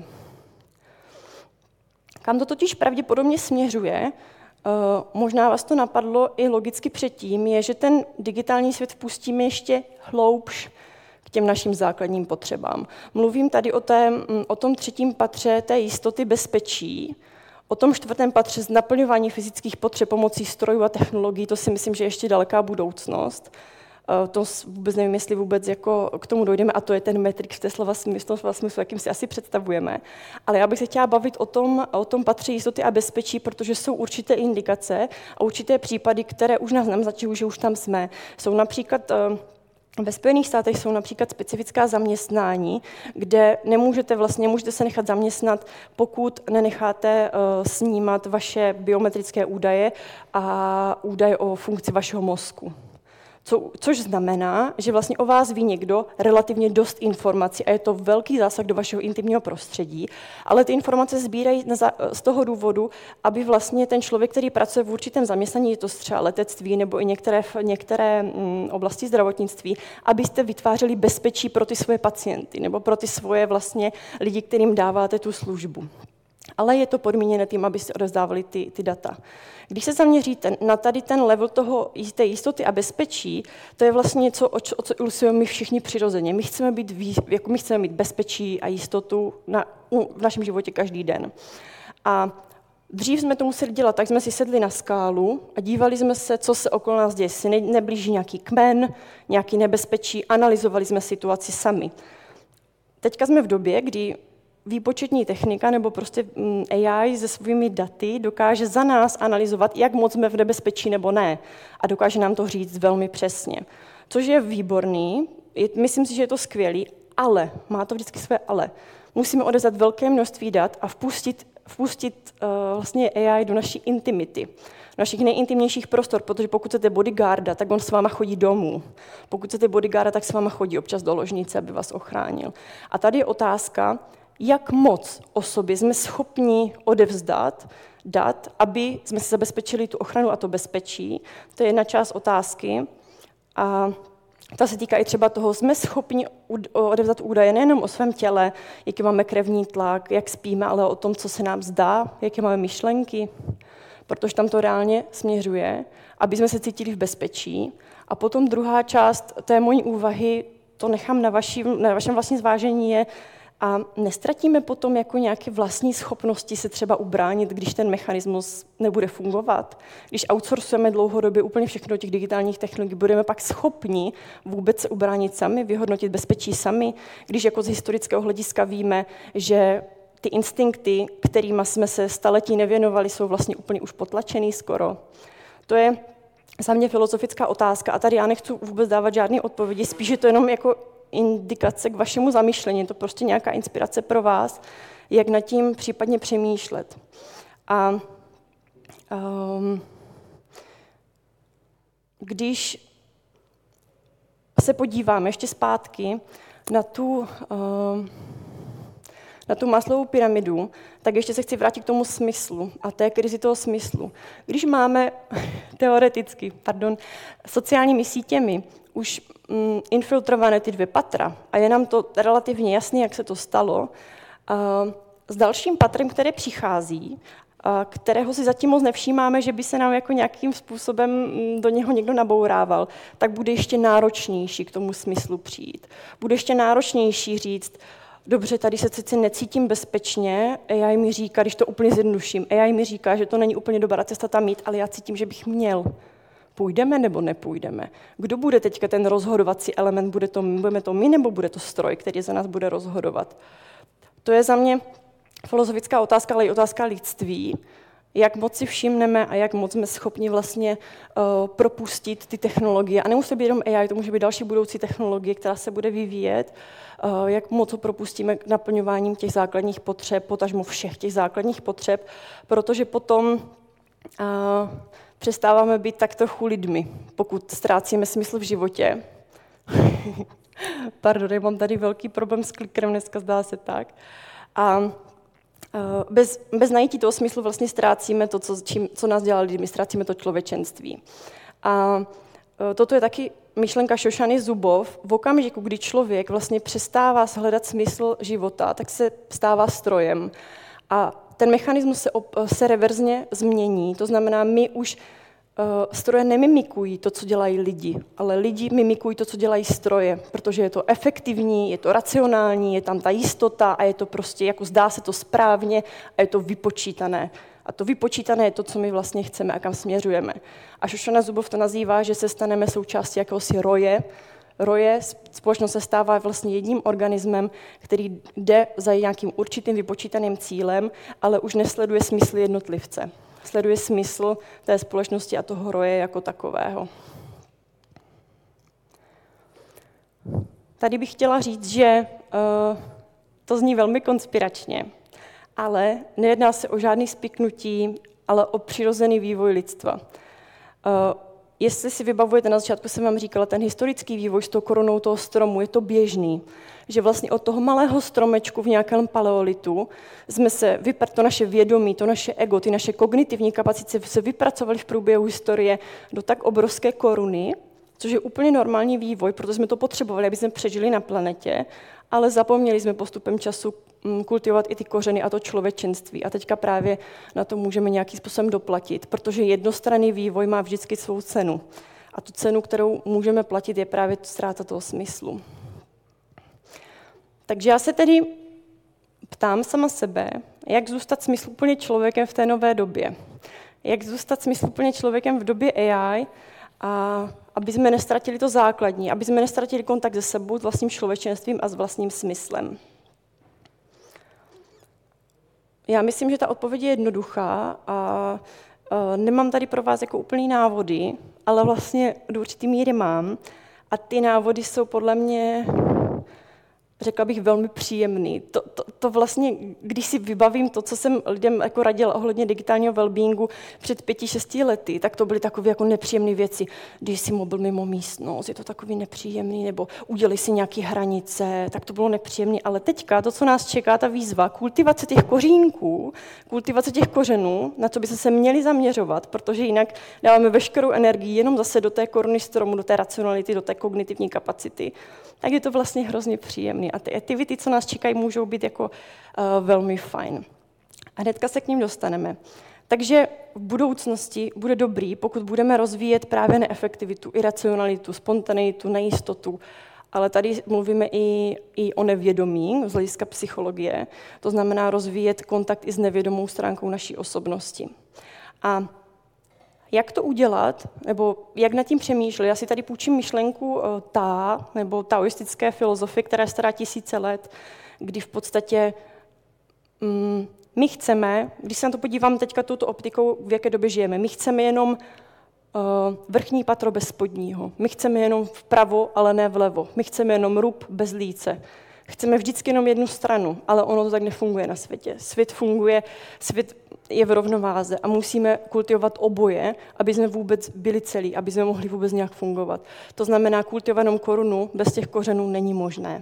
Kam to totiž pravděpodobně směřuje, možná vás to napadlo i logicky předtím, je, že ten digitální svět vpustíme ještě hloubš k těm našim základním potřebám. Mluvím tady o, té, o tom třetím patře té jistoty bezpečí, o tom čtvrtém patře z naplňování fyzických potřeb pomocí strojů a technologií, to si myslím, že je ještě daleká budoucnost. To vůbec nevím, jestli vůbec jako k tomu dojdeme, a to je ten Matrix v té slova smyslu, jakým si asi představujeme. Ale já bych se chtěla bavit o tom, o tom patře jistoty a bezpečí, protože jsou určité indikace a určité případy, které už nás naznačují, že už tam jsme. Jsou například ve Spojených státech jsou například specifická zaměstnání, kde nemůžete vlastně, můžete se nechat zaměstnat, pokud nenecháte uh, snímat vaše biometrické údaje a údaje o funkci vašeho mozku. Co, což znamená, že vlastně o vás ví někdo relativně dost informací a je to velký zásah do vašeho intimního prostředí, ale ty informace sbírají z toho důvodu, aby vlastně ten člověk, který pracuje v určitém zaměstnání, je to třeba letectví nebo i některé, některé mm, oblasti zdravotnictví, abyste vytvářeli bezpečí pro ty svoje pacienty nebo pro ty svoje vlastně lidi, kterým dáváte tu službu. ale je to podmíněné tím, aby si odevzdávali ty, ty data. Když se zaměříte na tady ten level toho, té jistoty a bezpečí, to je vlastně něco, o co, o co ilusujeme my všichni přirozeně. My chceme, být, jako my chceme mít bezpečí a jistotu na, v našem životě každý den. A dřív jsme to museli dělat, tak jsme si sedli na skálu a dívali jsme se, co se okolo nás děje, jestli ne, neblíží nějaký kmen, nějaký nebezpečí, analyzovali jsme situaci sami. Teďka jsme v době, kdy výpočetní technika nebo prostě A I se svými daty dokáže za nás analyzovat, jak moc jsme v nebezpečí nebo ne. A dokáže nám to říct velmi přesně. Což je výborný, je, myslím si, že je to skvělý, ale, má to vždycky své ale. Musíme odezdat velké množství dat a vpustit, vpustit uh, vlastně A I do naší intimity, do našich nejintimnějších prostor, protože pokud chcete bodyguarda, tak on s váma chodí domů. Pokud chcete bodyguarda, tak s váma chodí občas do ložnice, aby vás ochránil. A tady je otázka, jak moc o sobě jsme schopni odevzdat dat, aby jsme si zabezpečili tu ochranu a to bezpečí. To je jedna část otázky. A ta se týká i třeba toho, jsme schopni odevzdat údaje nejenom o svém těle, jaký máme krevní tlak, jak spíme, ale o tom, co se nám zdá, jaké máme myšlenky, protože tam to reálně směřuje, aby jsme se cítili v bezpečí. A potom druhá část té mojí úvahy, to nechám na, vaši, na vašem vlastním zvážení, je, a nestratíme potom jako nějaké vlastní schopnosti se třeba ubránit, když ten mechanismus nebude fungovat. Když outsourcujeme dlouhodobě úplně všechno do těch digitálních technologií, budeme pak schopni vůbec se ubránit sami, vyhodnotit bezpečí sami, když jako z historického hlediska víme, že ty instinkty, kterými jsme se staletí nevěnovali, jsou vlastně úplně už potlačený skoro. To je za mě filozofická otázka a tady já nechci vůbec dávat žádné odpovědi, spíš je to jenom jako indikace k vašemu zamýšlení, je to prostě nějaká inspirace pro vás, jak nad tím případně přemýšlet. A um, když se podíváme ještě zpátky na tu, um, na tu Maslowovu pyramidu, tak ještě se chci vrátit k tomu smyslu a té krizi toho smyslu. Když máme teoreticky, pardon, sociálními sítěmi už mm, infiltrované ty dvě patra a je nám to relativně jasné, jak se to stalo, a s dalším patrem, které přichází, a kterého si zatím moc nevšímáme, že by se nám jako nějakým způsobem do něho někdo nabourával, tak bude ještě náročnější k tomu smyslu přijít. Bude ještě náročnější říct, dobře, tady se sice necítím bezpečně, A I mi říká, když to úplně zjednoduším, A I mi říká, že to není úplně dobrá cesta tam mít, ale já cítím, že bych měl. Půjdeme nebo nepůjdeme? Kdo bude teďka ten rozhodovací element? Bude to, budeme to my nebo bude to stroj, který za nás bude rozhodovat? To je za mě filozofická otázka, ale i otázka lidství. Jak moc si všimneme a jak moc jsme schopni vlastně uh, propustit ty technologie. A nemusí být jenom A I, to může být další budoucí technologie, která se bude vyvíjet. Uh, jak moc ho propustíme k naplňováním těch základních potřeb, potažmo všech těch základních potřeb, protože potom uh, přestáváme být tak trochu lidmi, pokud ztrácíme smysl v životě. Pardon, já mám tady velký problém s klikerem, dneska zdá se tak. A bez, bez najítí toho smyslu vlastně ztrácíme to, co, čím, co nás dělá lidmi, ztrácíme to člověčenství. A toto je taky myšlenka Shoshany Zuboff. V okamžiku, kdy člověk vlastně přestává hledat smysl života, tak se stává strojem. A ten mechanismus se, op, se reverzně změní, to znamená, my už uh, stroje nemimikují to, co dělají lidi, ale lidi mimikují to, co dělají stroje, protože je to efektivní, je to racionální, je tam ta jistota a je to prostě, jako zdá se to správně a je to vypočítané. A to vypočítané je to, co my vlastně chceme a kam směřujeme. A Shoshana Zuboff to nazývá, že se staneme součástí jakéhosi roje. Roje, společnost se stává vlastně jedním organismem, který jde za nějakým určitým vypočítaným cílem, ale už nesleduje smysl jednotlivce. Sleduje smysl té společnosti a toho roje jako takového. Tady bych chtěla říct, že uh, to zní velmi konspiračně, ale nejedná se o žádný spiknutí, ale o přirozený vývoj lidstva. Uh, Jestli si vybavujete, na začátku jsem vám říkala, ten historický vývoj s tou korunou toho stromu, je to běžný, že vlastně od toho malého stromečku v nějakém paleolitu jsme se, to naše vědomí, to naše ego, ty naše kognitivní kapacity se vypracovaly v průběhu historie do tak obrovské koruny, což je úplně normální vývoj, protože jsme to potřebovali, aby jsme přežili na planetě, ale zapomněli jsme postupem času kultivovat i ty kořeny a to člověčenství. A teďka právě na to můžeme nějakým způsobem doplatit, protože jednostranný vývoj má vždycky svou cenu. A tu cenu, kterou můžeme platit, je právě ztráta toho smyslu. Takže já se tedy ptám sama sebe, jak zůstat smysluplně člověkem v té nové době. Jak zůstat smysluplně člověkem v době A I, a aby jsme nestratili to základní, aby jsme nestratili kontakt se sebou, s vlastním člověčenstvím a s vlastním smyslem. Já myslím, že ta odpověď je jednoduchá a, a nemám tady pro vás jako úplný návody, ale vlastně do určitý míry mám. A ty návody jsou podle mě, řekla bych, velmi příjemný. To, to, to vlastně, když si vybavím to, co jsem lidem jako radila ohledně digitálního wellbeingu před pěti, šesti lety, tak to byly takové jako nepříjemné věci. Když si mobil mimo místnost, je to takový nepříjemný, nebo udělej si nějaké hranice, tak to bylo nepříjemné. Ale teďka to, co nás čeká, ta výzva, kultivace těch kořínků, kultivace těch kořenů, na co bychom se měli zaměřovat, protože jinak dáváme veškerou energii jenom zase do té koruny stromu, do té racionality, do té kognitivní kapacity, tak je to vlastně hrozně příjemné. A ty aktivity, co nás čekají, můžou být jako uh, velmi fajn. A hnedka se k ním dostaneme. Takže v budoucnosti bude dobrý, pokud budeme rozvíjet právě neefektivitu, iracionalitu, spontaneitu, nejistotu, ale tady mluvíme i, i o nevědomí z hlediska psychologie. To znamená rozvíjet kontakt i s nevědomou stránkou naší osobnosti. A jak to udělat, nebo jak nad tím přemýšlet? Já si tady půjčím myšlenku tá, nebo taoistické filozofie, která je stará tisíce let, kdy v podstatě mm, my chceme, když se na to podívám teďka touto optikou, v jaké době žijeme, my chceme jenom uh, vrchní patro bez spodního, my chceme jenom vpravo, ale ne vlevo, my chceme jenom rub bez líce. Chceme vždycky jenom jednu stranu, ale ono to tak nefunguje na světě. Svět funguje, svět je v rovnováze a musíme kultivovat oboje, aby jsme vůbec byli celí, aby jsme mohli vůbec nějak fungovat. To znamená, kultivovanou korunu bez těch kořenů není možné.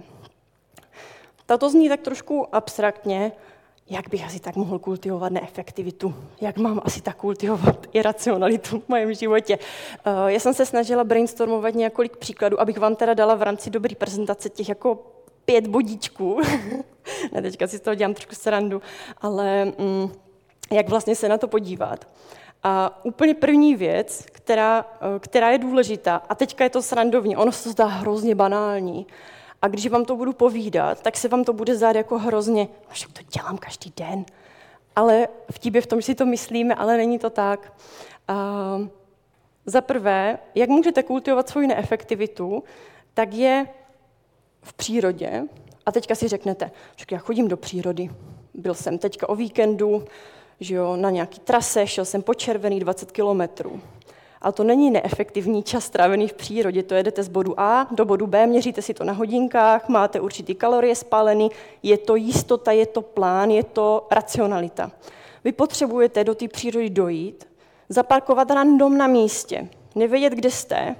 Tato zní tak trošku abstraktně, jak bych asi tak mohl kultivovat neefektivitu, jak mám asi tak kultivovat iracionalitu v mém životě. Já jsem se snažila brainstormovat několik příkladů, abych vám teda dala v rámci dobré prezentace těch jako pět bodíčků. Ne, teďka si z toho dělám trošku srandu, ale mm, jak vlastně se na to podívat. A úplně první věc, která, která je důležitá, a teďka je to srandovní, ono se to zdá hrozně banální, a když vám to budu povídat, tak se vám to bude zdát jako hrozně, že to dělám každý den, ale vtip je v tom, že si to myslíme, ale není to tak. Uh, za prvé, jak můžete kultivovat svoji neefektivitu, tak je v přírodě, a teďka si řeknete, že já chodím do přírody, byl jsem teďka o víkendu, že jo, na nějaký trase, šel jsem po červený dvacet kilometrů. Ale to není neefektivní čas strávený v přírodě, to jedete z bodu A do bodu B, měříte si to na hodinkách, máte určitý kalorie spálený, je to jistota, je to plán, je to racionalita. Vy potřebujete do té přírody dojít, zaparkovat random na místě, nevědět, kde jste,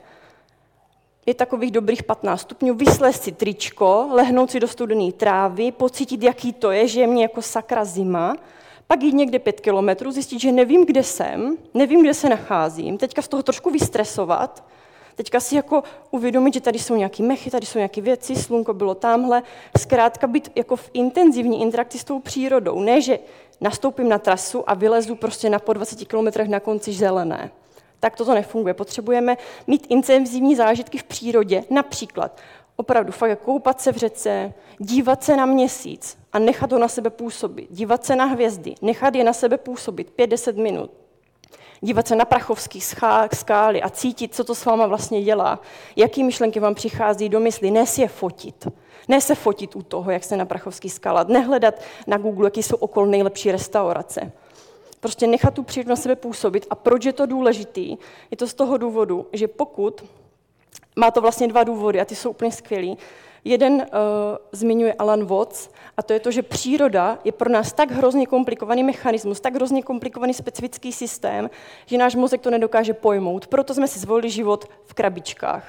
je takových dobrých patnáct stupňů, vyslést si tričko, lehnout si do studené trávy, pocítit, jaký to je, že je mě jako sakra zima, pak jít někde pět kilometrů, zjistit, že nevím, kde jsem, nevím, kde se nacházím, teďka z toho trošku vystresovat, teďka si jako uvědomit, že tady jsou nějaký mechy, tady jsou nějaké věci, slunko bylo tamhle, zkrátka být jako v intenzivní interakci s tou přírodou, ne, že nastoupím na trasu a vylezu prostě na po dvaceti kilometrech na konci zelené. Tak toto nefunguje. Potřebujeme mít intenzivní zážitky v přírodě, například opravdu fakt koupat se v řece, dívat se na měsíc a nechat ho na sebe působit, dívat se na hvězdy, nechat je na sebe působit pět deset minut, dívat se na prachovský skály a cítit, co to s váma vlastně dělá, jaký myšlenky vám přichází do mysli, ne si je fotit, ne se fotit u toho, jak se na prachovský skálat, nehledat na Google, jaký jsou okolo nejlepší restaurace. Prostě nechat tu přírodu na sebe působit. A proč je to důležitý? Je to z toho důvodu, že pokud, má to vlastně dva důvody a ty jsou úplně skvělý. Jeden uh, zmiňuje Alan Watts a to je to, že příroda je pro nás tak hrozně komplikovaný mechanismus, tak hrozně komplikovaný specifický systém, že náš mozek to nedokáže pojmout. Proto jsme si zvolili život v krabičkách.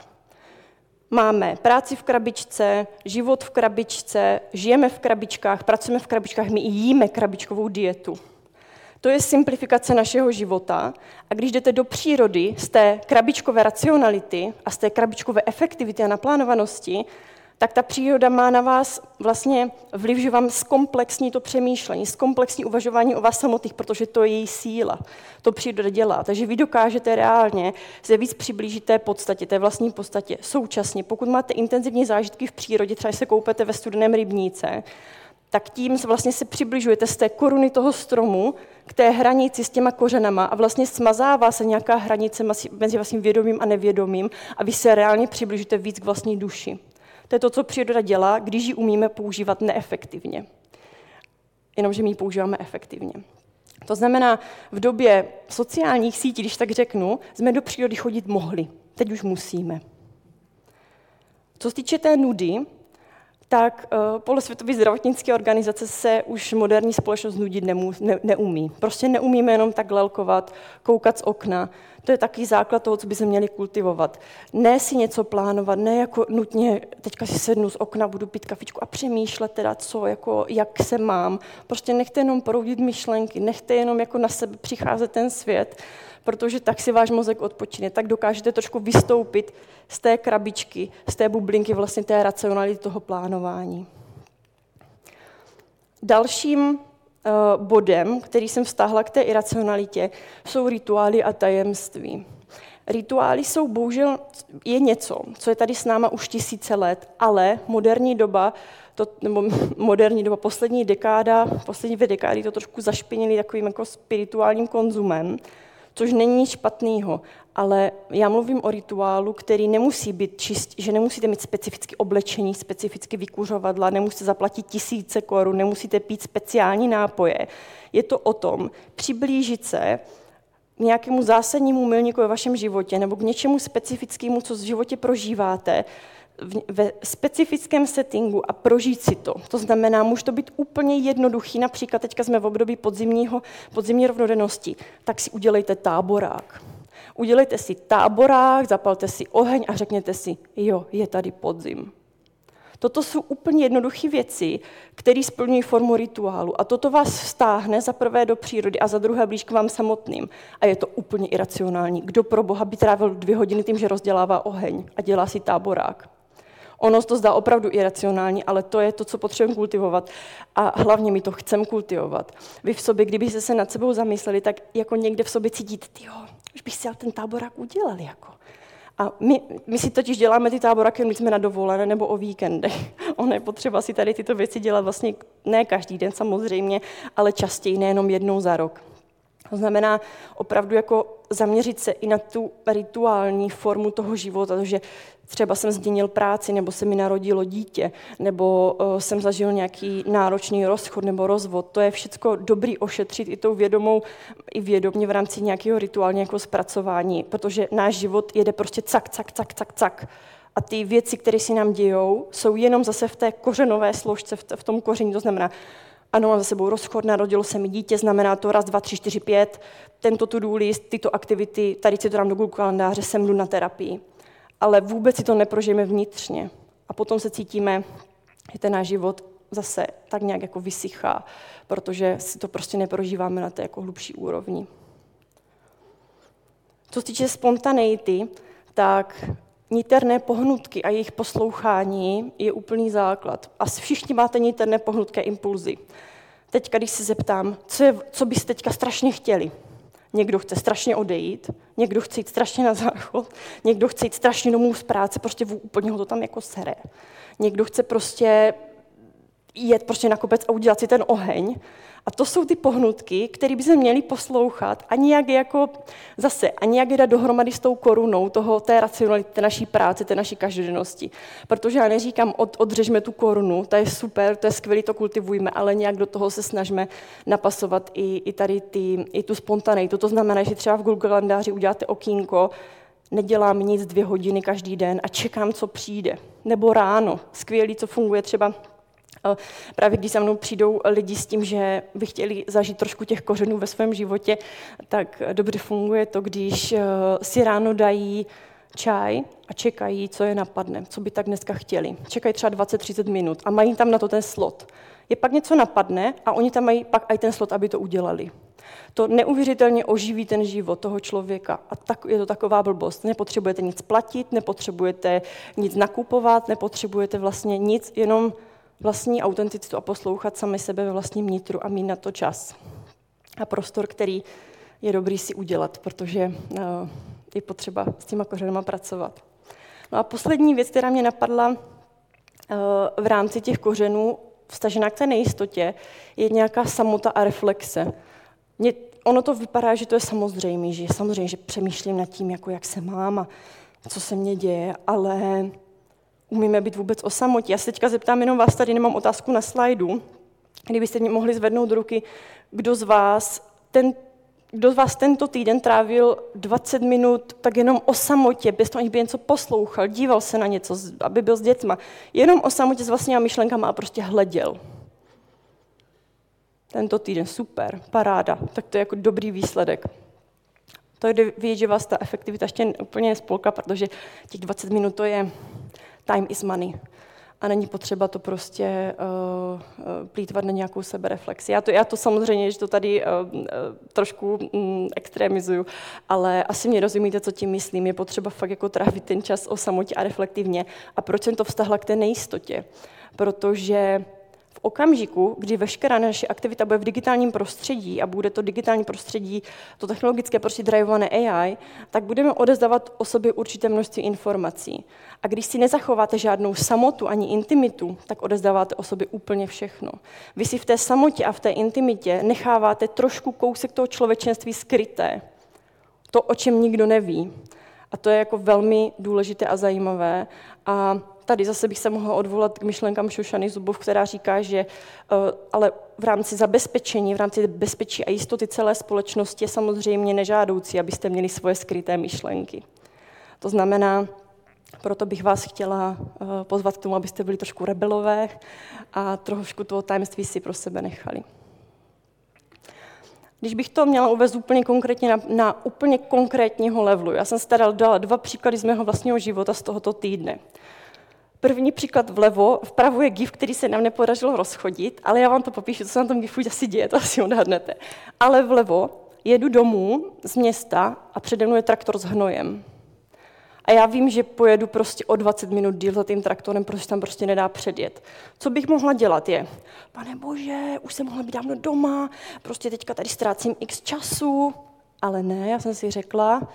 Máme práci v krabičce, život v krabičce, žijeme v krabičkách, pracujeme v krabičkách, my i jíme krabičkovou dietu. To je simplifikace našeho života a když jdete do přírody z té krabičkové racionality a z té krabičkové efektivity a naplánovanosti, tak ta příroda má na vás vlastně vliv, že vám zkomplexní to přemýšlení, zkomplexní uvažování o vás samotných, protože to je její síla. To příroda dělá. Takže vy dokážete reálně se víc přiblížit té podstatě, té vlastní podstatě. Současně, pokud máte intenzivní zážitky v přírodě, třeba se koupete ve studeném rybníce, tak tím vlastně se přibližujete z té koruny toho stromu k té hranici s těma kořenama a vlastně smazává se nějaká hranice mezi vlastním vědomím a nevědomím a vy se reálně přibližujete víc k vlastní duši. To je to, co příroda dělá, když ji umíme používat neefektivně. Jenomže my ji používáme efektivně. To znamená, v době sociálních sítí, když tak řeknu, jsme do přírody chodit mohli. Teď už musíme. Co se týče té nudy, tak uh, podle Světové zdravotnické organizace se už moderní společnost nudit nemů, ne, neumí. Prostě neumíme jenom tak lelkovat, koukat z okna. To je taky základ toho, co by se měli kultivovat. Ne si něco plánovat, ne jako nutně teďka si sednu z okna, budu pít kafičku a přemýšlet teda co, jako jak se mám. Prostě nechte jenom proudit myšlenky, nechte jenom jako na sebe přicházet ten svět, protože tak si váš mozek odpočine, tak dokážete trošku vystoupit z té krabičky, z té bublinky vlastně té racionality toho plánování. Dalším uh, bodem, který jsem vztáhla k té iracionalitě, jsou rituály a tajemství. Rituály jsou bohužel je něco, co je tady s náma už tisíce let, ale moderní doba, to, nebo moderní doba, poslední dekáda, poslední dvě dekády to trošku zašpinili takovým jako spirituálním konzumem, což není nic špatného, ale já mluvím o rituálu, který nemusí být čist, že nemusíte mít specifické oblečení, specificky vykuřovadla, nemusíte zaplatit tisíce korun, nemusíte pít speciální nápoje. Je to o tom přiblížit se k nějakému zásadnímu milníku ve vašem životě nebo k něčemu specifickému, co v životě prožíváte, ve specifickém settingu a prožít si to. To znamená, může to být úplně jednoduchý, například teďka jsme v období podzimního, podzimní rovnodennosti, tak si udělejte táborák. Udělejte si táborák, zapalte si oheň a řekněte si, jo, je tady podzim. Toto jsou úplně jednoduché věci, které splňují formu rituálu. A toto vás vztáhne za prvé do přírody a za druhé blíž k vám samotným. A je to úplně iracionální. Kdo pro Boha by trávil dvě hodiny tím, že rozdělává oheň a dělá si táborák? Ono to zdá opravdu iracionální, ale to je to, co potřebujeme kultivovat. A hlavně my to chceme kultivovat. Vy v sobě, kdybyste se nad sebou zamysleli, tak jako někde v sobě cítíte, tyjo, už bych si ten táborák udělal. Jako. A my, my si totiž děláme ty táboráky, když jsme na dovolené nebo o víkendech. Ono je potřeba si tady tyto věci dělat vlastně ne každý den samozřejmě, ale častěji, nejenom jednou za rok. To znamená opravdu jako zaměřit se i na tu rituální formu toho života, že třeba jsem změnil práci, nebo se mi narodilo dítě, nebo uh, jsem zažil nějaký náročný rozchod nebo rozvod. To je všecko dobrý ošetřit i tou vědomou, i vědomě v rámci nějakého rituálního zpracování, protože náš život jede prostě cak, cak, cak, cak, cak. A ty věci, které si nám dějou, jsou jenom zase v té kořenové složce, v, t- v tom koření, to znamená, ano, mám za sebou rozchod, narodilo se mi dítě, znamená to raz, dva, tři, čtyři, pět, tento to-do list, tyto aktivity, tady si to dám do Google kalendáře, sem jdu na terapii. Ale vůbec si to neprožijeme vnitřně. A potom se cítíme, že ten náš život zase tak nějak jako vysychá, protože si to prostě neprožíváme na té jako hlubší úrovni. Co se týče spontaneity, tak niterné pohnutky a jejich poslouchání je úplný základ. A všichni máte niterné pohnutky a impulzy. Teď, když se zeptám, co, je, co byste teďka strašně chtěli? Někdo chce strašně odejít, někdo chce jít strašně na záchod, někdo chce jít strašně domů z práce, prostě úplně ho to tam jako sere. Někdo chce prostě jet prostě na kopec a udělat si ten oheň. A to jsou ty pohnutky, které by se měly poslouchat a nějak jako zase, a nějak je dát dohromady s tou korunou toho, té racionality, té naší práce, té naší každodennosti. Protože já neříkám, od, odřežme tu korunu, to je super, to je skvělý, to kultivujme, ale nějak do toho se snažíme napasovat i, i tady ty, i tu spontaneitu. To znamená, že třeba v Google kalendáři uděláte okýnko, nedělám nic dvě hodiny každý den a čekám, co přijde. Nebo ráno, skvělý, co funguje třeba. Právě když za mnou přijdou lidi s tím, že by chtěli zažít trošku těch kořenů ve svém životě, tak dobře funguje to, když si ráno dají čaj a čekají, co je napadne, co by tak dneska chtěli. Čekají třeba dvacet třicet minut a mají tam na to ten slot. Je pak něco napadne a oni tam mají pak i ten slot, aby to udělali. To neuvěřitelně oživí ten život toho člověka. A tak, je to taková blbost. Nepotřebujete nic platit, nepotřebujete nic nakupovat, nepotřebujete vlastně nic, jenom vlastní autenticitu a poslouchat sami sebe ve vlastním nitru a mít na to čas. A prostor, který je dobrý si udělat, protože uh, je potřeba s těma kořenama pracovat. No a poslední věc, která mě napadla uh, v rámci těch kořenů, vztažená k té nejistotě, je nějaká samota a reflexe. Mě, ono to vypadá, že to je samozřejmé, že samozřejmě, že přemýšlím nad tím, jako jak se mám a co se mně děje, ale umíme být vůbec o samotě. Já se teďka zeptám jenom vás, tady nemám otázku na slajdu, kdybyste mě mohli zvednout do ruky, kdo z vás, ten, kdo z vás tento týden trávil dvacet minut tak jenom o samotě, bez toho, by něco poslouchal, díval se na něco, aby byl s dětma, jenom o samotě s vlastníma myšlenkama a prostě hleděl. Tento týden, super, paráda, tak to je jako dobrý výsledek. To jde vidět, že vás ta efektivita ještě úplně nespolká, protože těch dvacet minut to je time is money. A není potřeba to prostě uh, uh, plýtvat na nějakou sebereflexi. Já to, já to samozřejmě, že to tady uh, uh, trošku um, extrémizuju, ale asi mě rozumíte, co tím myslím. Je potřeba fakt jako trávit ten čas o samotě a reflektivně. A proč jsem to vztahla k té nejistotě? Protože v okamžiku, kdy veškerá naše aktivita bude v digitálním prostředí a bude to digitální prostředí, to technologické prostředí drivované A I, tak budeme odezdávat o sobě určité množství informací. A když si nezachováte žádnou samotu ani intimitu, tak odezdáváte o sobě úplně všechno. Vy si v té samotě a v té intimitě necháváte trošku kousek toho člověčenství skryté. To, o čem nikdo neví. A to je jako velmi důležité a zajímavé. A tady zase bych se mohla odvolat k myšlenkám Šošany Zubov, která říká, že ale v rámci zabezpečení, v rámci bezpečí a jistoty celé společnosti je samozřejmě nežádoucí, abyste měli svoje skryté myšlenky. To znamená, proto bych vás chtěla pozvat k tomu, abyste byli trošku rebelové a trošku toho tajemství si pro sebe nechali. Když bych to měla uvést úplně konkrétně na, na úplně konkrétního levelu, já jsem si tady dala dva příklady z mého vlastního života z tohoto týdne. První příklad vlevo, vpravo je gif, který se nám nepodařilo rozchodit, ale já vám to popíšu, co se na tom gifu asi děje, to asi odhadnete. Ale vlevo jedu domů z města a přede mnou je traktor s hnojem. A já vím, že pojedu prostě o dvacet minut díl za tím traktorem, protože tam prostě nedá předjet. Co bych mohla dělat je, pane bože, už jsem mohla být dávno doma, prostě teďka tady ztrácím x času, ale ne, já jsem si řekla,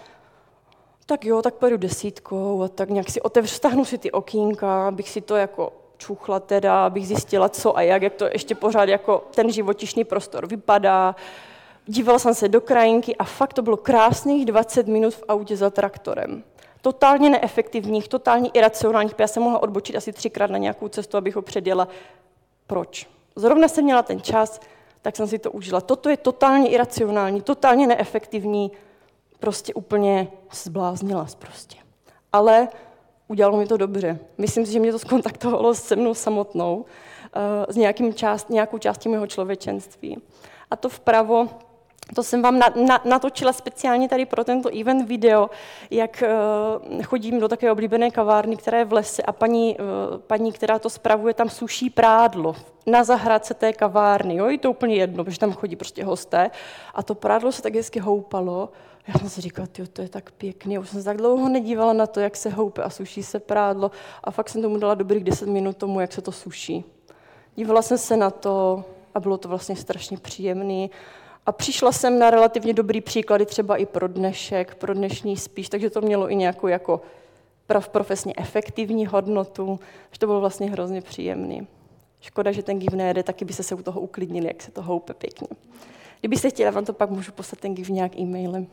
tak jo, tak pojedu desítkou a tak nějak si otevřu, stáhnu si ty okýnka, abych si to jako čuchla teda, abych zjistila co a jak, jak to ještě pořád jako ten živočišný prostor vypadá. Dívala jsem se do krajinky a fakt to bylo krásných dvacet minut v autě za traktorem. Totálně neefektivních, totálně iracionálních, já jsem mohla odbočit asi třikrát na nějakou cestu, abych ho předjela. Proč? Zrovna jsem měla ten čas, tak jsem si to užila. Toto je totálně iracionální, totálně neefektivní, prostě úplně zbláznila prostě. Ale udělalo mi to dobře. Myslím si, že mě to skontaktovalo se mnou samotnou, uh, s nějakým část, nějakou částí mého člověčenství. A to vpravo, to jsem vám na, na, natočila speciálně tady pro tento event video, jak uh, chodím do také oblíbené kavárny, která je v lese a paní, uh, paní, která to spravuje, tam suší prádlo na zahrádce té kavárny. Jo? Je to úplně jedno, protože tam chodí prostě hosté. A to prádlo se tak hezky houpalo. Já jsem si říkala, tyjo, to je tak pěkný. Už jsem se tak dlouho nedívala na to, jak se houpe a suší se prádlo. A fakt jsem tomu dala dobrých deset minut tomu, jak se to suší. Dívala jsem se na to a bylo to vlastně strašně příjemný. A přišla jsem na relativně dobrý příklady třeba i pro dnešek, pro dnešní spíš, takže to mělo i nějakou jako profesně efektivní hodnotu, že to bylo vlastně hrozně příjemný. Škoda, že ten gif nejede, taky byste se u toho uklidnili, jak se to houpe pěkně. Kdybyste chtěla, vám to pak můžu poslat ten gif nějak e-mailem.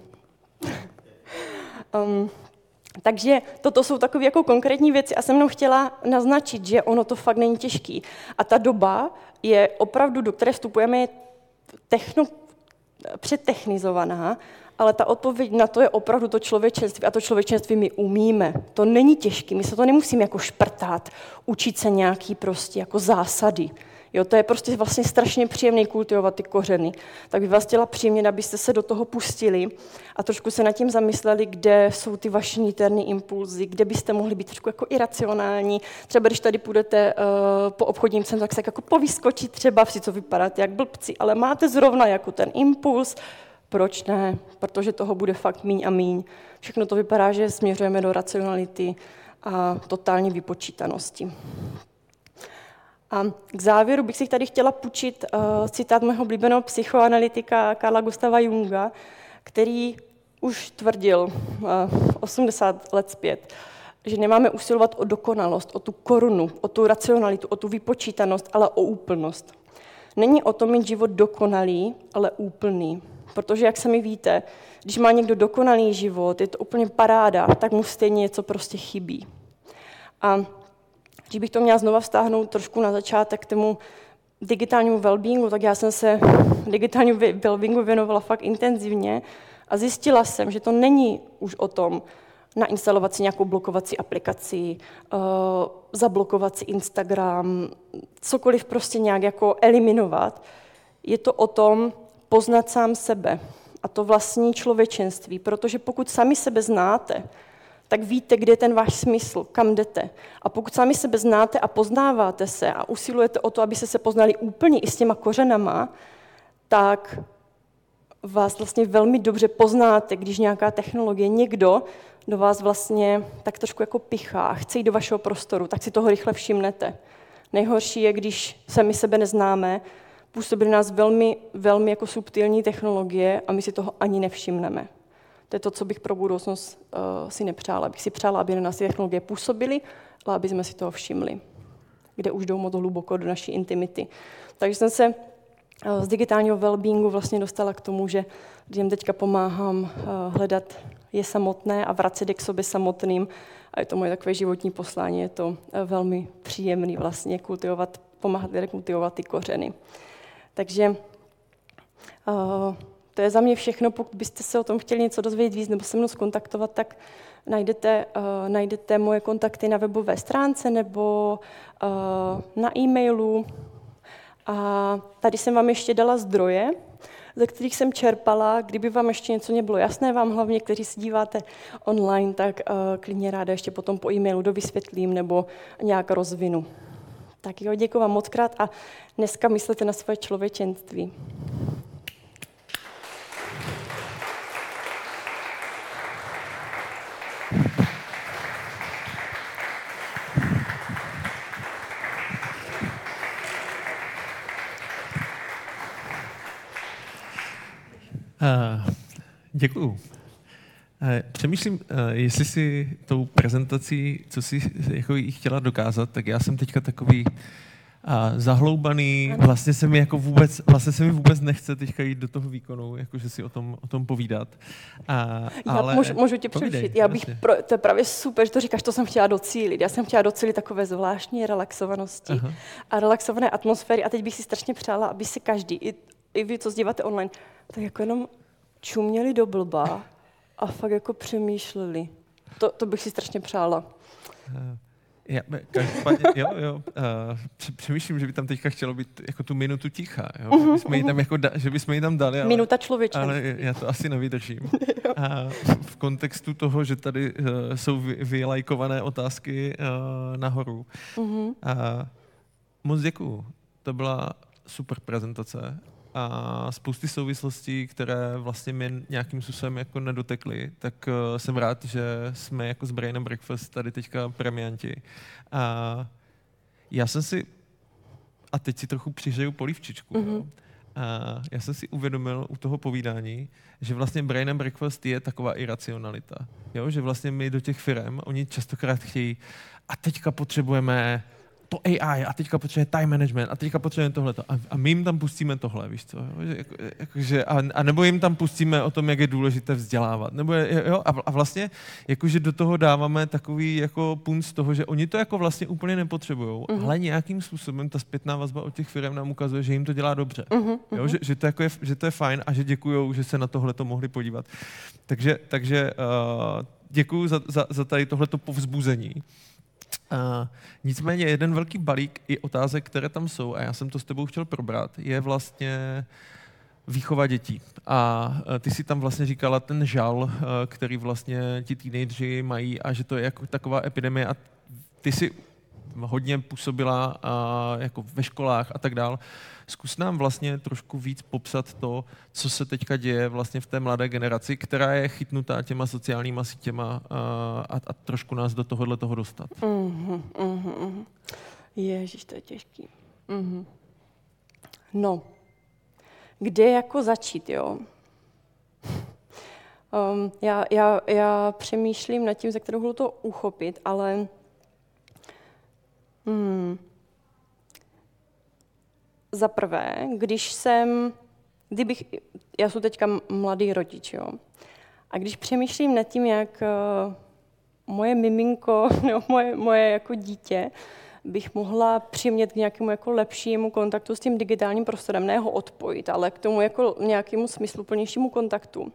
um, takže toto jsou takové jako konkrétní věci a jsem mnou chtěla naznačit, že ono to fakt není těžký. A ta doba je opravdu, do které vstupujeme, techno, přetechnizovaná, ale ta odpověď na to je opravdu to člověčenství a to člověčenství my umíme. To není těžké, my se to nemusíme jako šprtat, učit se nějaký prostě jako zásady. Jo, to je prostě vlastně strašně příjemný kultivovat ty kořeny. Tak bych vás chtěla příjemně, abyste se do toho pustili a trošku se nad tím zamysleli, kde jsou ty vaše niterné impulzy, kde byste mohli být trošku jako iracionální. Třeba když tady půjdete uh, po obchodním centru, tak se jako povyskočit třeba, si co vypadáte jak blbci, ale máte zrovna jako ten impuls. Proč ne? Protože toho bude fakt míň a míň. Všechno to vypadá, že směřujeme do racionality a totální vypočítanosti. A k závěru bych si tady chtěla půjčit uh, citát mého oblíbeného psychoanalytika Carla Gustava Junga, který už tvrdil uh, osmdesát let zpět, že nemáme usilovat o dokonalost, o tu korunu, o tu racionalitu, o tu vypočítanost, ale o úplnost. Není o tom mít život dokonalý, ale úplný. Protože, jak sami víte, když má někdo dokonalý život, je to úplně paráda, tak mu stejně něco prostě chybí. A když bych to měla znova vztáhnout trošku na začátek k tomu digitálnímu wellbeingu, tak já jsem se digitálnímu wellbeingu věnovala fakt intenzivně a zjistila jsem, že to není už o tom nainstalovat si nějakou blokovací aplikaci, uh, zablokovat si Instagram, cokoliv prostě nějak jako eliminovat. Je to o tom poznat sám sebe a to vlastní člověčenství, protože pokud sami sebe znáte, tak víte, kde je ten váš smysl, kam jdete. A pokud sami sebe znáte a poznáváte se a usilujete o to, aby se se poznali úplně i s těma kořenama, tak vás vlastně velmi dobře poznáte, když nějaká technologie, někdo do vás vlastně tak trošku jako pichá, chce jít do vašeho prostoru, tak si toho rychle všimnete. Nejhorší je, když sami sebe neznáme, působí nás velmi, velmi jako subtilní technologie a my si toho ani nevšimneme. To je to, co bych pro budoucnost uh, si nepřála. Bych si přála, aby na nás ty technologie působily, ale aby jsme si toho všimli, kde už jdou moc hluboko do naší intimity. Takže jsem se uh, z digitálního wellbeingu vlastně dostala k tomu, že jim teďka pomáhám uh, hledat je samotné a vracet je k sobě samotným. A je to moje takové životní poslání. Je to uh, velmi příjemný vlastně kultivovat, pomáhat kultivovat ty kořeny. Takže uh, to je za mě všechno. Pokud byste se o tom chtěli něco dozvědět víc nebo se mnou skontaktovat, tak najdete, uh, najdete moje kontakty na webové stránce nebo uh, na e-mailu. A tady jsem vám ještě dala zdroje, ze kterých jsem čerpala. Kdyby vám ještě něco nebylo jasné, vám hlavně, kteří se díváte online, tak uh, klidně ráda ještě potom po e-mailu dovysvětlím nebo nějak rozvinu. Tak jo, děkuji vám moc krát a dneska myslete na svoje člověčenství. Uh, děkuju. Uh, přemýšlím, uh, jestli si tou prezentací, co jsi jako jí chtěla dokázat, tak já jsem teďka takový uh, zahloubaný, vlastně se mi jako vůbec, vlastně se mi vůbec nechce teďka jít do toho výkonu, jakože si o tom, o tom povídat. Uh, ale můžu, můžu tě přerušit. Já bych pro, to je právě super, že to říkáš, to jsem chtěla docílit. Já jsem chtěla docílit takové zvláštní relaxovanosti Aha. a relaxované atmosféry a teď bych si strašně přála, aby si každý, i, i vy, co se díváte online, tak jako jenom čuměli do blba a fakt jako přemýšleli. To, to bych si strašně přála. Uh, já, každopádně, jo, jo. Uh, přemýšlím, že by tam teďka chtělo být jako tu minutu ticha, jo? Uh-huh, že bychom ji tam, jako da, že bychom ji tam dali, ale, minuta člověčenství. Ale já to asi nevydržím. A v kontextu toho, že tady uh, jsou vy, vylajkované otázky uh, nahoru. Uh-huh. Uh, moc děkuju. To byla super prezentace. A spousty souvislostí, které vlastně mě nějakým způsobem jako nedotekly, tak uh, jsem rád, že jsme jako s Brain and Breakfast tady teďka premianti. A já jsem si, a teď si trochu přiřeju polívčičku, mm-hmm. a já jsem si uvědomil u toho povídání, že vlastně Brain and Breakfast je taková iracionalita. Jo? Že vlastně my do těch firem, oni častokrát chtějí, a teďka potřebujeme to A I a teďka potřebuje time management a teďka potřebujeme tohleto. A, a my jim tam pustíme tohle, víš co? Jako, jako, že, a, a nebo jim tam pustíme o tom, jak je důležité vzdělávat. Nebo je, jo, a, a vlastně jakože do toho dáváme takový jako punc z toho, že oni to jako vlastně úplně nepotřebujou, uh-huh. ale nějakým způsobem ta zpětná vazba od těch firm nám ukazuje, že jim to dělá dobře. Uh-huh. Jo, že, že, to jako je, že to je fajn a že děkujou, že se na tohleto mohli podívat. Takže, takže uh, děkuju za, za, za tady tohleto povzbuzení. Uh, nicméně jeden velký balík i otázek, které tam jsou, a já jsem to s tebou chtěl probrat, je vlastně výchova dětí. A ty si tam vlastně říkala ten žal, který vlastně ti teenageři mají a že to je jako taková epidemie a ty si hodně působila a jako ve školách a tak dál. Zkus nám vlastně trošku víc popsat to, co se teďka děje vlastně v té mladé generaci, která je chytnutá těma sociálníma sítěma a, a, a trošku nás do tohohle toho dostat. Mm-hmm, mm-hmm. Ježiš, to je těžký. Mm-hmm. No, kde jako začít, jo? Um, já, já, já přemýšlím nad tím, za kterou to uchopit, ale hmm, za prvé, když jsem, kdybych, já jsem teďka mladý rodič, jo, a když přemýšlím nad tím, jak uh, moje miminko nebo moje, moje jako dítě bych mohla přimět k nějakému jako lepšímu kontaktu s tím digitálním prostorem, ne ho odpojit, ale k tomu jako nějakému smysluplnějšímu kontaktu,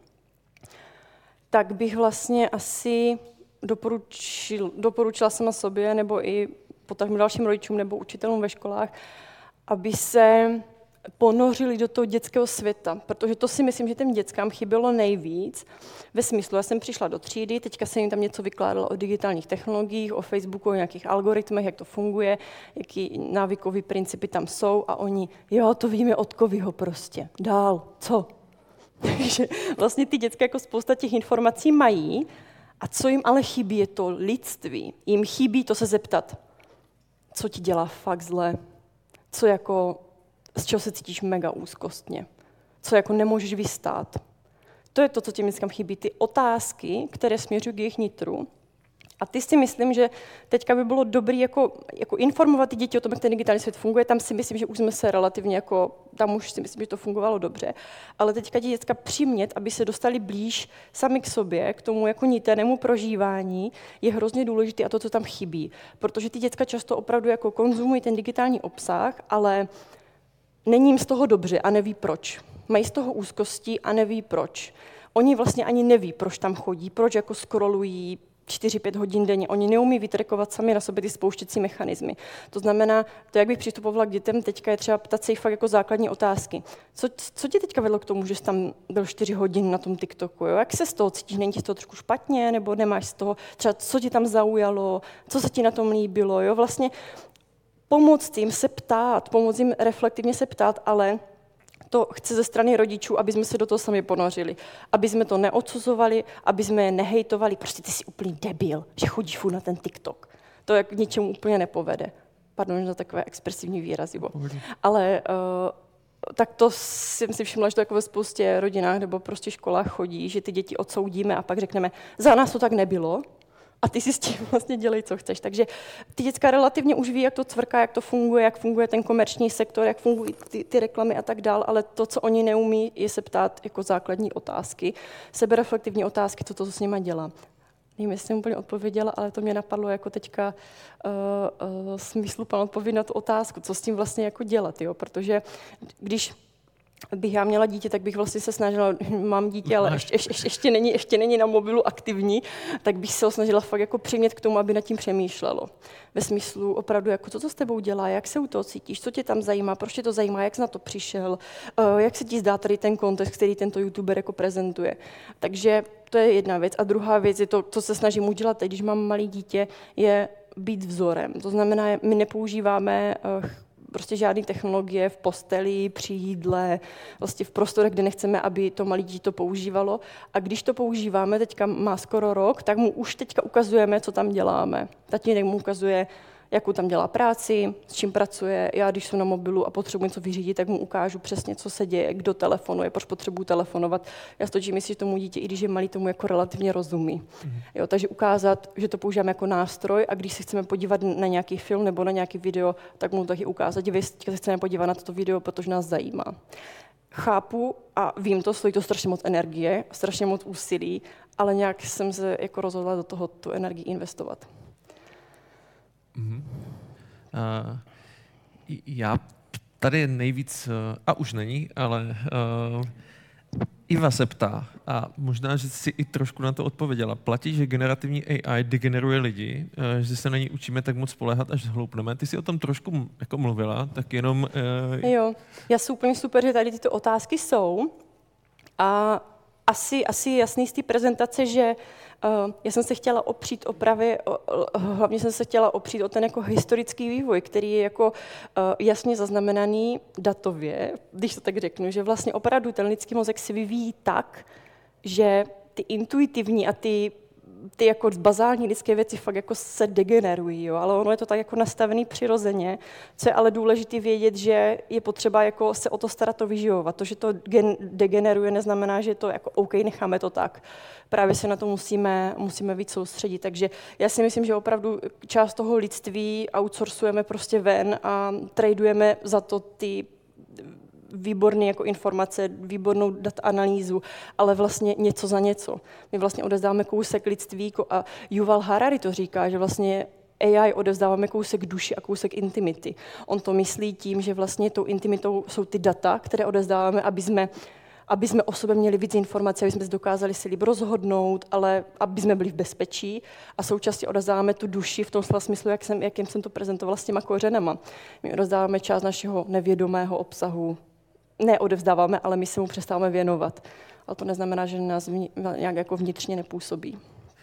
tak bych vlastně asi doporučil, doporučila sama sobě nebo i potažmo dalším rodičům nebo učitelům ve školách, aby se ponořili do toho dětského světa, protože to si myslím, že těm dětskám chybělo nejvíc. Ve smyslu, já jsem přišla do třídy, teďka jsem jim tam něco vykládala o digitálních technologiích, o Facebooku, o nějakých algoritmech, jak to funguje, jaký návykový principy tam jsou a oni, jo, to víme od Coviho prostě. Dál, co? Takže vlastně ty děcka jako spousta těch informací mají a co jim ale chybí, je to lidství. Jim chybí to se zeptat, co ti dělá fakt zle, co jako z čeho se cítíš mega úzkostně, co jako nemůžeš vystát. To je to, co těm dětskám chybí, ty otázky, které směřují k jejich nitru. A ty si myslím, že teďka by bylo dobré jako, jako informovat ty děti o tom, jak ten digitální svět funguje. Tam si myslím, že už jsme se relativně jako, tam už si myslím, že to fungovalo dobře. Ale teďka ti děcka přimět, aby se dostali blíž sami k sobě, k tomu jako niternému prožívání, je hrozně důležité a to, co tam chybí. Protože ty děcka často opravdu jako konzumují ten digitální obsah, ale není jim z toho dobře a neví proč. Mají z toho úzkosti a neví proč. Oni vlastně ani neví, proč tam chodí, proč jako scrollují čtyři pět hodin denně. Oni neumí vytrekovat sami na sobě ty spouštěcí mechanismy. To znamená, to, jak bych přistupovala k dětem, teďka je třeba ptat se jich fakt jako základní otázky. Co, co tě teďka vedlo k tomu, že jsi tam byl čtyři hodiny na tom TikToku? Jo? Jak se z toho cítíš? Není ti z toho trošku špatně? Nebo nemáš z toho třeba, co ti tam zaujalo? Co se ti na tom líbilo? Jo? Vlastně pomoct jim se ptát, pomoct jim reflektivně se ptát, ale to chce ze strany rodičů, aby jsme se do toho sami ponořili. Aby jsme to neodsuzovali, aby jsme je nehejtovali. Prostě ty jsi úplný debil, že chodíš furt na ten TikTok. To jak k ničemu úplně nepovede. Pardon za takové expresivní výrazy. Ale uh, tak to jsem si všimla, že to jako ve spoustě rodinách nebo prostě školách chodí, že ty děti odsoudíme a pak řekneme, za nás to tak nebylo. A ty si s tím vlastně dělej, co chceš. Takže ty děcka relativně už ví, jak to cvrká, jak to funguje, jak funguje ten komerční sektor, jak fungují ty, ty reklamy a tak dál, ale to, co oni neumí, je se ptát jako základní otázky, sebereflektivní otázky, co to s nima dělá. Nevím, jestli jsem úplně odpověděla, ale to mě napadlo jako teďka uh, uh, smysluplnou odpověď na tu otázku, co s tím vlastně jako dělat, jo? Protože když bych já měla dítě, tak bych vlastně se snažila, mám dítě, ale ještě, ještě, ještě, není, ještě není na mobilu aktivní, tak bych se ho snažila fakt jako přimět k tomu, aby nad tím přemýšlelo. Ve smyslu opravdu, jako co to s tebou dělá, jak se u toho cítíš, co tě tam zajímá, proč tě to zajímá, jak jsi na to přišel, jak se ti zdá tady ten kontext, který tento youtuber jako prezentuje. Takže to je jedna věc. A druhá věc je to, co se snažím udělat teď, když mám malé dítě, je být vzorem. To znamená, my nepoužíváme prostě žádné technologie v posteli, při jídle, vlastně v prostorech, kde nechceme, aby to malé dítě to používalo. A když to používáme, teďka má skoro rok, tak mu už teďka ukazujeme, co tam děláme. Tatínek mu ukazuje, jakou tam dělá práci, s čím pracuje. Já, když jsem na mobilu a potřebuji něco vyřídit, tak mu ukážu přesně, co se děje, kdo telefonuje, proč potřebuji telefonovat. Já stočím si, že tomu dítě, i když je malý, tomu jako relativně rozumí. Mm. Jo, takže ukázat, že to používáme jako nástroj a když se chceme podívat na nějaký film nebo na nějaký video, tak mu taky ukázat, že se chceme podívat na toto video, protože nás zajímá. Chápu a vím to, stojí to strašně moc energie, strašně moc úsilí, ale nějak jsem se jako rozhodla do toho tu energii investovat. Mm-hmm. Uh, já tady nejvíc, uh, a už není, ale uh, Iva se ptá, a možná, že si i trošku na to odpověděla. Platí, že generativní A I degeneruje lidi, že se na ní učíme tak moc spoléhat, až zhloupneme. Ty jsi o tom trošku jako mluvila, tak jenom... Uh... Jo, já jsem úplně super, že tady tyto otázky jsou. A asi, asi jasný z té prezentace, že uh, já jsem se chtěla opřít o právě, uh, hlavně jsem se chtěla opřít o ten jako historický vývoj, který je jako uh, jasně zaznamenaný datově, když to tak řeknu, že vlastně opravdu ten lidský mozek se vyvíjí tak, že ty intuitivní a ty ty jako bazální lidské věci fakt jako se degenerují, jo? Ale ono je to tak jako nastavený přirozeně, co je ale důležité vědět, že je potřeba jako se o to starat, to vyživovat. To, že to gen, degeneruje, neznamená, že to jako OK, necháme to tak. Právě se na to musíme, musíme víc soustředit. Takže já si myslím, že opravdu část toho lidství outsourcujeme prostě ven a tradujeme za to ty výborné jako informace, výbornou data analýzu, ale vlastně něco za něco. My vlastně odevzdáme kousek lidství a Yuval Harari to říká, že vlastně A I odevzdáváme kousek duši a kousek intimity. On to myslí tím, že vlastně tou intimitou jsou ty data, které odevzdáváme, aby jsme, aby jsme o sobě měli víc informací, aby jsme se dokázali si líp rozhodnout, ale aby jsme byli v bezpečí a současně odevzdáváme tu duši v tom slova smyslu, jak jsem, jakým jsem to prezentovala s těma kořenama. My odevzdáváme část našeho nevědomého obsahu, neodevzdáváme, ale my se mu přestáváme věnovat. Ale to neznamená, že nás nějak jako vnitřně nepůsobí.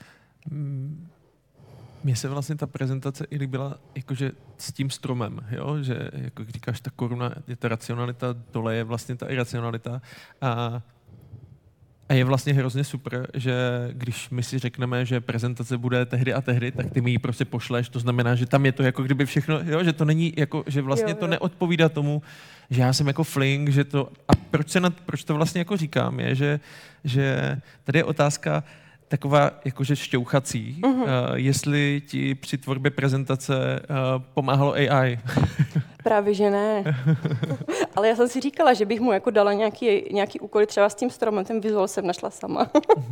Mně se vlastně ta prezentace i líbila jakože s tím stromem, jo? Že jako říkáš, ta koruna je ta racionalita, dole je vlastně ta iracionalita. A, a je vlastně hrozně super, že když my si řekneme, že prezentace bude tehdy a tehdy, tak ty mi ji prostě pošleš. To znamená, že tam je to jako kdyby všechno, jo? Že to není jako, že vlastně jo, jo. to neodpovídá tomu, že já jsem jako fling, že to... A proč, se na, proč to vlastně jako říkám, je, že, že tady je otázka taková jakože šťouchací, uh-huh. uh, jestli ti při tvorbě prezentace uh, pomáhalo A I. Právě, že ne. Ale já jsem si říkala, že bych mu jako dala nějaký, nějaký úkoly třeba s tím stromem, ten vizuál jsem našla sama.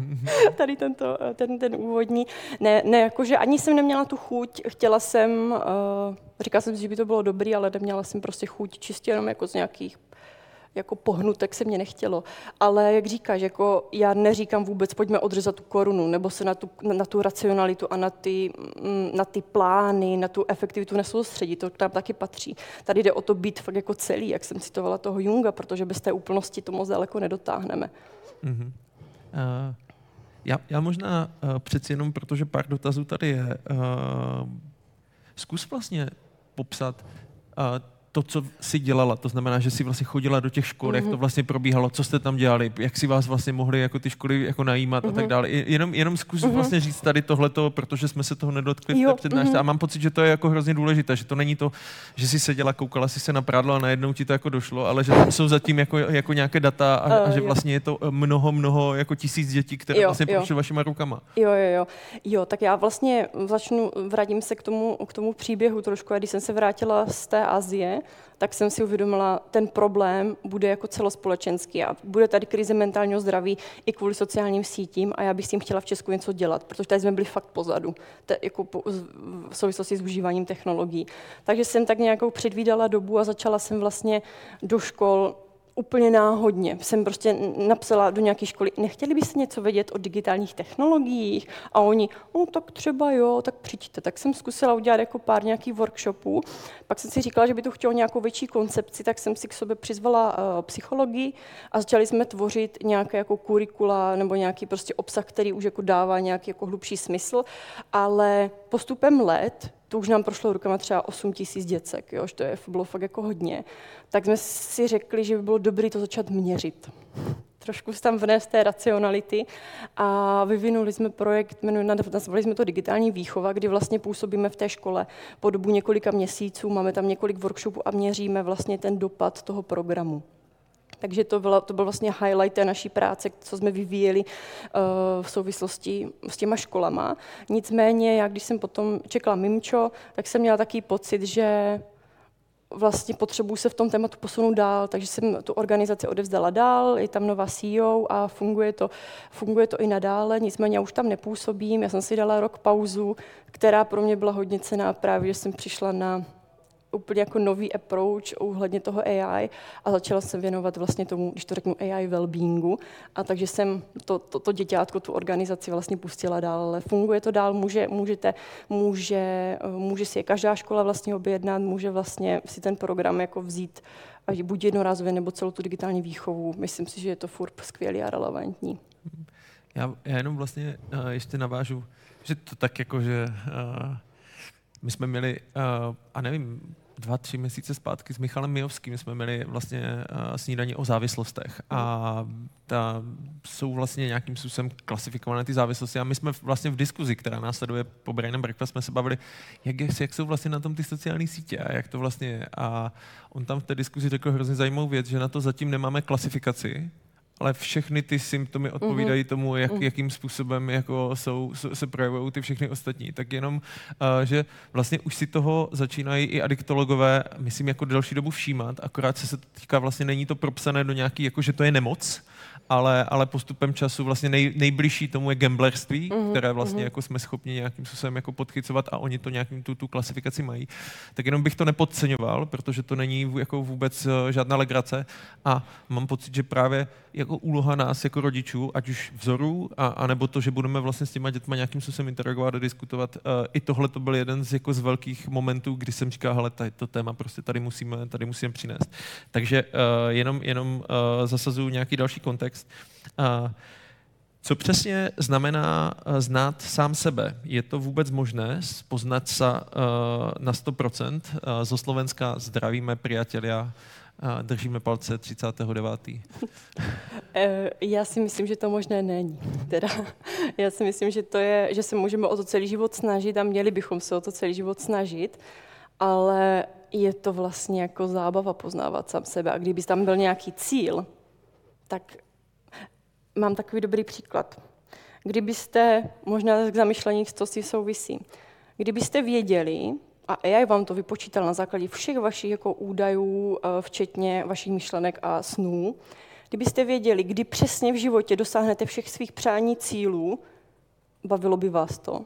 Tady tento, ten, ten úvodní. Ne, ne, jakože ani jsem neměla tu chuť, chtěla jsem, uh, říkala jsem si, že by to bylo dobrý, ale neměla jsem prostě chuť čistě jenom jako z nějakých jako pohnutek se mě nechtělo. Ale jak říkáš, jako já neříkám vůbec, pojďme odřezat tu korunu, nebo se na tu, na tu racionalitu a na ty, na ty plány, na tu efektivitu nesoustředit, to tam taky patří. Tady jde o to být fakt jako celý, jak jsem citovala toho Junga, protože bez té úplnosti to moc daleko nedotáhneme. Mm-hmm. Uh, já, já možná uh, přeci jenom, protože pár dotazů tady je, uh, zkus vlastně popsat uh, to, co jsi dělala, to znamená, že jsi vlastně chodila do těch škol, mm-hmm. jak to vlastně probíhalo, co jste tam dělali, jak si vás vlastně mohli jako ty školy jako najímat mm-hmm. a tak dále. Jenom, jenom zkus mm-hmm. vlastně říct tady tohleto, protože jsme se toho nedotkli v té přednášce mm-hmm. a mám pocit, že to je jako hrozně důležité, že to není to, že jsi seděla, koukala si se na prádlo a najednou ti to jako došlo, ale že tam jsou zatím jako, jako nějaké data a, uh, a že vlastně je to mnoho, mnoho jako tisíc dětí, které jo, vlastně prošly vašima rukama. Jo, jo, jo. Jo, tak já vlastně začnu, vrátím se k tomu, k tomu příběhu trošku, a když jsem se vrátila z té Asie, tak jsem si uvědomila, ten problém bude jako celospolečenský a bude tady krize mentálního zdraví i kvůli sociálním sítím a já bych s tím chtěla v Česku něco dělat, protože tady jsme byli fakt pozadu, te, jako po, v souvislosti s užíváním technologií. Takže jsem tak nějakou předvídala dobu a začala jsem vlastně do škol úplně náhodně. Jsem prostě napsala do nějaké školy, nechtěli byste něco vědět o digitálních technologiích? A oni, no tak třeba jo, tak přijďte. Tak jsem zkusila udělat jako pár nějakých workshopů. Pak jsem si říkala, že by to chtělo nějakou větší koncepci, tak jsem si k sobě přizvala uh, psychologii a začali jsme tvořit nějaké jako kurikula nebo nějaký prostě obsah, který už jako dává nějaký jako hlubší smysl, ale postupem let, to už nám prošlo rukama třeba osm tisíc děcek, jo, že to je, bylo fakt jako hodně, tak jsme si řekli, že by bylo dobré to začat měřit. Trošku tam vnést té racionality a vyvinuli jsme projekt, nazvali jsme to digitální výchova, kdy vlastně působíme v té škole po dobu několika měsíců, máme tam několik workshopů a měříme vlastně ten dopad toho programu. Takže to, bylo, to byl vlastně highlight té naší práce, co jsme vyvíjeli uh, v souvislosti s těma školama. Nicméně, já když jsem potom čekala mimčo, tak jsem měla takový pocit, že vlastně potřebuji se v tom tématu posunout dál, takže jsem tu organizaci odevzdala dál, je tam nová C E O a funguje to, funguje to i nadále, nicméně já už tam nepůsobím, já jsem si dala rok pauzu, která pro mě byla hodně cenná právě, že jsem přišla na úplně jako nový approach ohledně toho A I a začala jsem věnovat vlastně tomu, když to řeknu, A I wellbeingu. A takže jsem to, to, to děťátko, tu organizaci vlastně pustila dál, ale funguje to dál, může, můžete, může, může si je každá škola vlastně objednat, může vlastně si ten program jako vzít až buď jednorázově nebo celou tu digitální výchovu. Myslím si, že je to furt skvělý a relevantní. Já, já jenom vlastně uh, ještě navážu, že to tak jako, že uh, my jsme měli, uh, a nevím, dva, tři měsíce zpátky s Michalem Mijovským jsme měli vlastně uh, snídaní o závislostech a ta, jsou vlastně nějakým způsobem klasifikované ty závislosti a my jsme vlastně v diskuzi, která následuje po Brain and Breakfast, jsme se bavili, jak, je, jak jsou vlastně na tom ty sociální sítě a jak to vlastně je. A on tam v té diskuzi řekl hrozně zajímavou věc, že na to zatím nemáme klasifikaci, ale všechny ty symptomy odpovídají tomu, jak, jakým způsobem jako jsou, se projevují ty všechny ostatní. Tak jenom, uh, že vlastně už si toho začínají i adiktologové, myslím, jako delší dobu všímat, akorát se to týká, vlastně není to propsané do nějaký, jako že to je nemoc, ale, ale postupem času vlastně nej, nejbližší tomu je gamblerství, mm-hmm. které vlastně jako jsme schopni nějakým způsobem jako podchycovat a oni to nějakým tu, tu klasifikaci mají. Tak jenom bych to nepodceňoval, protože to není jako vůbec žádná legrace a mám pocit, že právě jako úloha nás jako rodičů, ať už vzorů, a, a nebo to, že budeme vlastně s těma dětma nějakým způsobem interagovat a diskutovat. Uh, I tohle to byl jeden z, jako z velkých momentů, kdy jsem říkal, hele, tady to téma prostě tady musíme, tady musíme přinést. Takže uh, jenom, jenom uh, zasazuju nějaký další kontext. Uh, co přesně znamená uh, znát sám sebe? Je to vůbec možné poznat se uh, na sto procent? Uh, zo Slovenska zdravíme, priatelia, a držíme palce třicátého devátého Já si myslím, že to možné není. Teda, já si myslím, že to je, že se můžeme o to celý život snažit a měli bychom se o to celý život snažit, ale je to vlastně jako zábava poznávat sám sebe. A kdyby tam byl nějaký cíl, tak mám takový dobrý příklad. Kdybyste, možná k zamyšlení, co si souvisí, kdybyste věděli, a A I vám to vypočítal na základě všech vašich jako údajů, včetně vašich myšlenek a snů. Kdybyste věděli, kdy přesně v životě dosáhnete všech svých přání cílů, bavilo by vás to.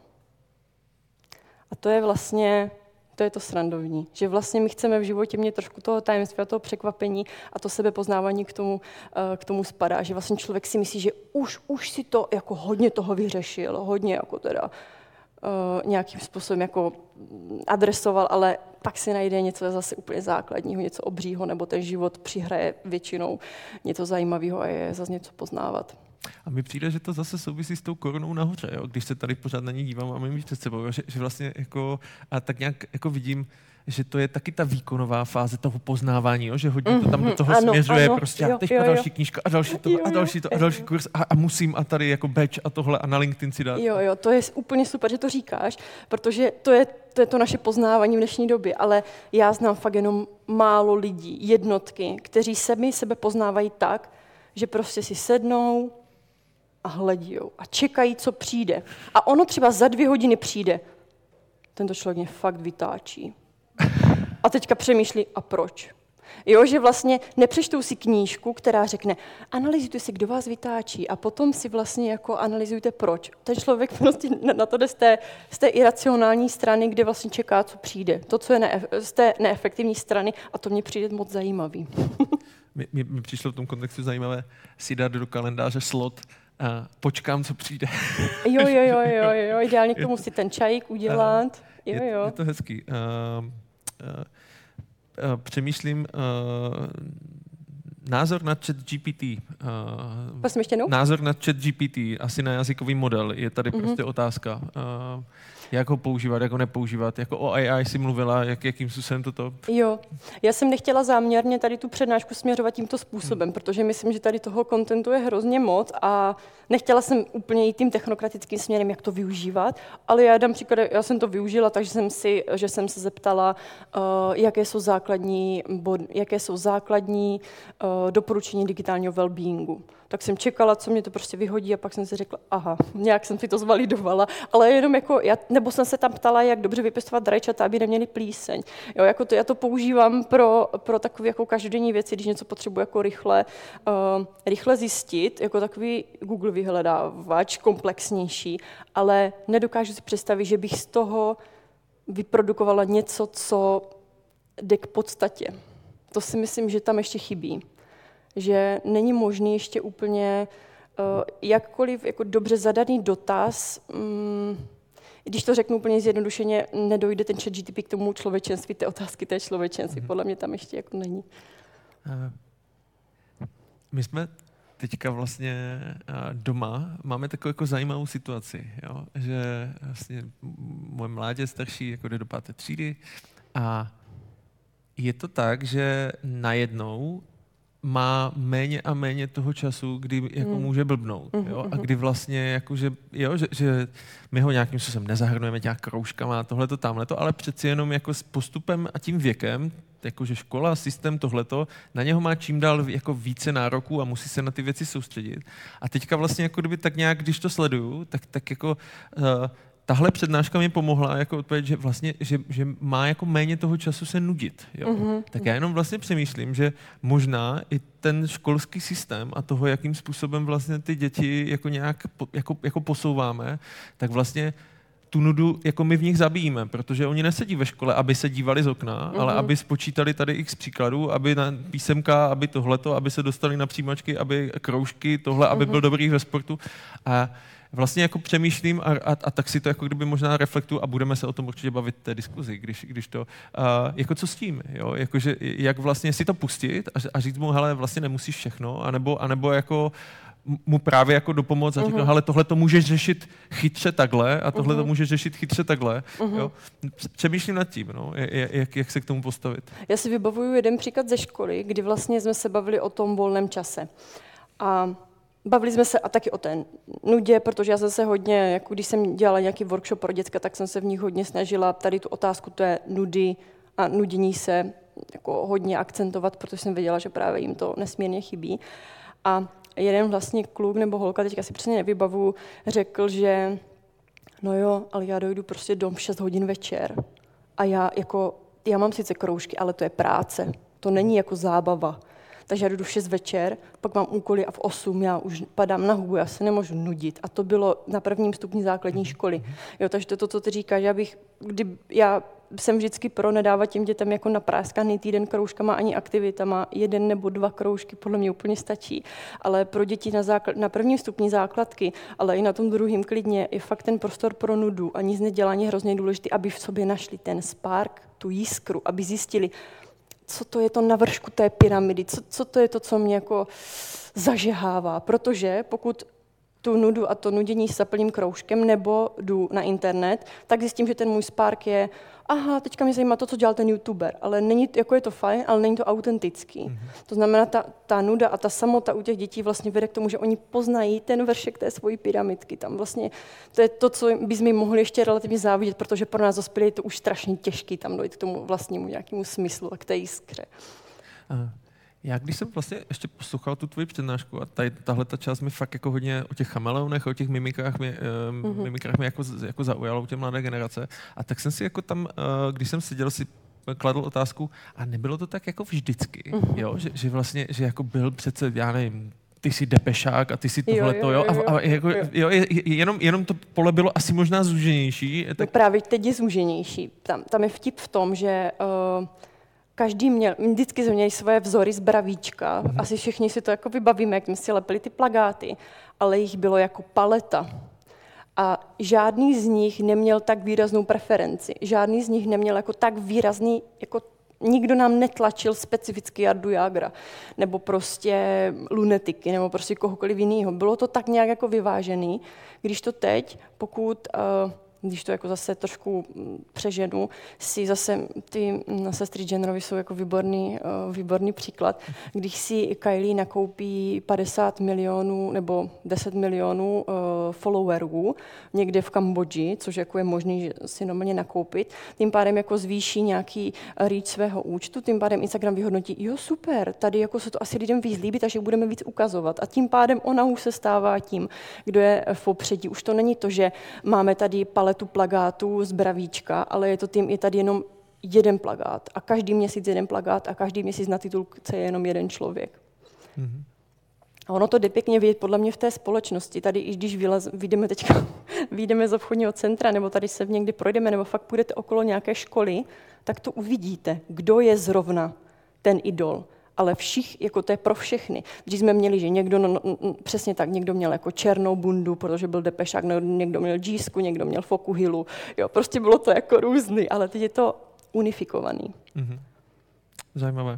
A to je vlastně, to je to srandovní, že vlastně my chceme v životě mít trošku toho tajemství a toho překvapení a to sebepoznávání k tomu, k tomu spadá. Že vlastně člověk si myslí, že už, už si to jako hodně toho vyřešil, hodně jako teda Uh, nějakým způsobem jako adresoval, ale pak si najde něco zase úplně základního, něco obřího, nebo ten život přihraje většinou něco zajímavého a je zase něco poznávat. A mi přijde, že to zase souvisí s tou korunou nahoře, jo? Když se tady pořád na ní dívám a mým před sebou, že, že vlastně jako, a tak nějak jako vidím, že to je taky ta výkonová fáze toho poznávání, jo? Že hodně to tam do toho ano, směřuje, ano, prostě jo, a teďka jo, další jo. knížka a další to a další to a další kurz a, a musím a tady jako badge a tohle a na LinkedIn si dát. Jo, jo, to je úplně super, že to říkáš, protože to je to, je to naše poznávání v dnešní době, ale já znám fakt jenom málo lidí, jednotky, kteří sami sebe poznávají tak, že prostě si sednou a hledijou a čekají, co přijde. A ono třeba za dvě hodiny přijde. Tento člověk mě fakt vytáčí. A teďka přemýšlí, a proč? Jo, že vlastně nepřečtou si knížku, která řekne, analyzujte si, kdo vás vytáčí a potom si vlastně jako analyzujte proč. Ten člověk prostě na to jde z té, z té iracionální strany, kde vlastně čeká, co přijde. To, co je neef- z té neefektivní strany a to mně přijde moc zajímavý. Mi, mi, mi přišlo v tom kontextu zajímavé si dát do kalendáře slot a počkám, co přijde. jo, jo, jo, jo, jo, ideálně k tomu si ten čajík udělat. Jo, jo. Je, je to hezký. Uh, uh, uh, přemýšlím, uh, názor na ChatGPT. Uh, názor na ChatGPT, asi na jazykový model, je tady mm-hmm. prostě otázka. Uh, jak ho používat, jak ho nepoužívat, jako o A I si mluvila, jak, jakým způsobem toto... Jo, já jsem nechtěla záměrně tady tu přednášku směřovat tímto způsobem, hmm. protože myslím, že tady toho kontentu je hrozně moc a nechtěla jsem úplně jít tím technokratickým směrem, jak to využívat, ale já dám příklad, já jsem to využila, takže jsem si, že jsem se zeptala, uh, jaké jsou základní, bod, jaké jsou základní uh, doporučení digitálního wellbeingu. Tak jsem čekala, co mě to prostě vyhodí a pak jsem si řekla, aha, nějak jsem si to zvalidovala, ale jenom jako, já, nebo jsem se tam ptala, jak dobře vypěstovat rajčata, aby neměli plíseň. Jo, jako to, já to používám pro, pro takové jako každodenní věci, když něco potřebuji jako rychle, uh, rychle zjistit, jako takový Google vyhledávač komplexnější, ale nedokážu si představit, že bych z toho vyprodukovala něco, co jde k podstatě. To si myslím, že tam ještě chybí. Že není možný ještě úplně uh, jakkoliv jako dobře zadaný dotaz, um, když to řeknu úplně zjednodušeně, nedojde ten chat G T P k tomu člověčenství, té otázky té člověčenství. Mm-hmm. Podle mě tam ještě jako není. My jsme teďka vlastně doma máme takovou jako zajímavou situaci, jo? Že vlastně moje mládě starší jako jde do páté třídy a je to tak, že najednou má méně a méně toho času, kdy jako mm. může blbnout. Jo? A kdy vlastně, jako, že, jo, že, že my ho nějakým způsobem nezahrnujeme nějak kroužkama a tohleto, tamhleto, ale přeci jenom jako s postupem a tím věkem, jakože škola, systém, tohleto, na něho má čím dál jako více nároků a musí se na ty věci soustředit. A teďka vlastně jako kdyby tak nějak, když to sleduju, tak, tak jako uh, tahle přednáška mi pomohla jako odpovědět, že vlastně, že, že má jako méně toho času se nudit. Jo? Mm-hmm. Tak já jenom vlastně přemýšlím, že možná i ten školský systém a toho, jakým způsobem vlastně ty děti jako nějak jako, jako posouváme, tak vlastně tu nudu jako my v nich zabijíme, protože oni nesedí ve škole, aby se dívali z okna, mm-hmm. ale aby spočítali tady x příkladů, aby na písemka, aby tohleto, aby se dostali na přijímačky, aby kroužky, tohle, aby mm-hmm. byl dobrý ve sportu. A vlastně jako přemýšlím a, a, a tak si to jako kdyby možná reflektuju a budeme se o tom určitě bavit v té diskuzi, když, když to, uh, jako co s tím, jo? Jakože, jak vlastně si to pustit a, a říct mu, hele, vlastně nemusíš všechno, anebo, anebo jako mu právě jako dopomoct a říct, uh-huh. hele, tohle to můžeš řešit chytře takhle a tohle uh-huh. to můžeš řešit chytře takhle. Uh-huh. Jo? Přemýšlím nad tím, no? jak, jak se k tomu postavit. Já si vybavuju jeden příklad ze školy, kdy vlastně jsme se bavili o tom volném čase. A bavili jsme se a taky o té nudě, protože já jsem se hodně, jako když jsem dělala nějaký workshop pro děcka, tak jsem se v nich hodně snažila tady tu otázku té nudy a nudění se jako hodně akcentovat, protože jsem věděla, že právě jim to nesmírně chybí. A jeden vlastně kluk nebo holka, teďka si přesně nevybavu, řekl, že no jo, ale já dojdu prostě dom v šest hodin večer a já jako, já mám sice kroužky, ale to je práce, to není jako zábava. Takže já jdu v šest večer, pak mám úkoly a v osm já už padám na hubu, já se nemůžu nudit. A to bylo na prvním stupni základní školy. Jo, takže to, to, co ty říkáš, já bych, kdy, já jsem vždycky pro nedávat těm dětem jako napráskaný týden kroužkama ani aktivitama, jeden nebo dva kroužky podle mě úplně stačí. Ale pro děti na, základ, na prvním stupni základky, ale i na tom druhém klidně, je fakt ten prostor pro nudu a nic nedělání hrozně důležitý, aby v sobě našli ten spark, tu jiskru, aby zjistili, co to je to na vršku té pyramidy, co, co to je to, co mě jako zažehává. Protože pokud tu nudu a to nudění s zaplným kroužkem nebo jdu na internet, tak zjistím, že ten můj spark je, aha, teďka mě zajímá to, co dělal ten youtuber, ale není, jako je to fajn, ale není to autentický. Mm-hmm. To znamená, ta, ta nuda a ta samota u těch dětí vlastně vede k tomu, že oni poznají ten vršek té svojí pyramidky. Tam vlastně to je to, co bychom jim mohli ještě relativně závidět, protože pro nás dospělí je to už strašně těžký tam dojít k tomu vlastnímu nějakému smyslu a k té jiskře. Aha. Já když jsem vlastně ještě poslouchal tu tvoji přednášku a tady, tahle ta část mi fakt jako hodně o těch chameleonech, o těch mimikách mě, mm-hmm. mimikách mě jako, jako zaujalo u té mladé generace. A tak jsem si jako tam, když jsem seděl, si kladl otázku, a nebylo to tak jako vždycky, mm-hmm. jo? Že, že vlastně, že jako byl přece, já nevím, ty jsi depešák a ty si tohleto, jo, jo, jo, a, a jako, jo. jo jenom, jenom to pole bylo asi možná zúženější. Tak... No právě teď je zúženější. Tam, tam je vtip v tom, že uh, každý měl, vždycky jsme měli svoje vzory z bravíčka, mm-hmm. asi všichni si to jako vybavíme, jak jsme si lepili ty plagáty, ale jich bylo jako paleta. A žádný z nich neměl tak výraznou preferenci, žádný z nich neměl jako tak výrazný, jako nikdo nám netlačil specificky Jardu Jágra, nebo prostě lunetiky, nebo prostě kohokoliv jiného. Bylo to tak nějak jako vyvážený, když to teď, pokud... Uh, když to jako zase trošku přeženu, si zase ty na sestry Jennerovi jsou jako výborný, uh, výborný příklad. Když si Kylie nakoupí padesát milionů nebo deset milionů uh, followerů někde v Kambodži, což jako je možný si normálně nakoupit, tím pádem jako zvýší nějaký reach svého účtu, tím pádem Instagram vyhodnotí, jo super, tady jako se to asi lidem víc líbí, takže budeme víc ukazovat. A tím pádem ona už se stává tím, kdo je v popředí. Už to není to, že máme tady paletu plagátů z bravíčka, ale je to tím, je tady jenom jeden plagát a každý měsíc jeden plagát a každý měsíc na titulce je jenom jeden člověk. Mm-hmm. A ono to jde pěkně vidět podle mě v té společnosti. Tady, i když vylez, vyjdeme teďka vyjdeme z obchodního centra, nebo tady se někdy projdeme, nebo fakt půjdete okolo nějaké školy, tak to uvidíte, kdo je zrovna ten idol. Ale všich, jako to je pro všechny. Když jsme měli, že někdo, no, no, přesně tak, někdo měl jako černou bundu, protože byl depešák, někdo měl džísku, někdo měl fokuhilu, jo, prostě bylo to jako různý, ale teď je to unifikovaný. Mm-hmm. Zajímavé.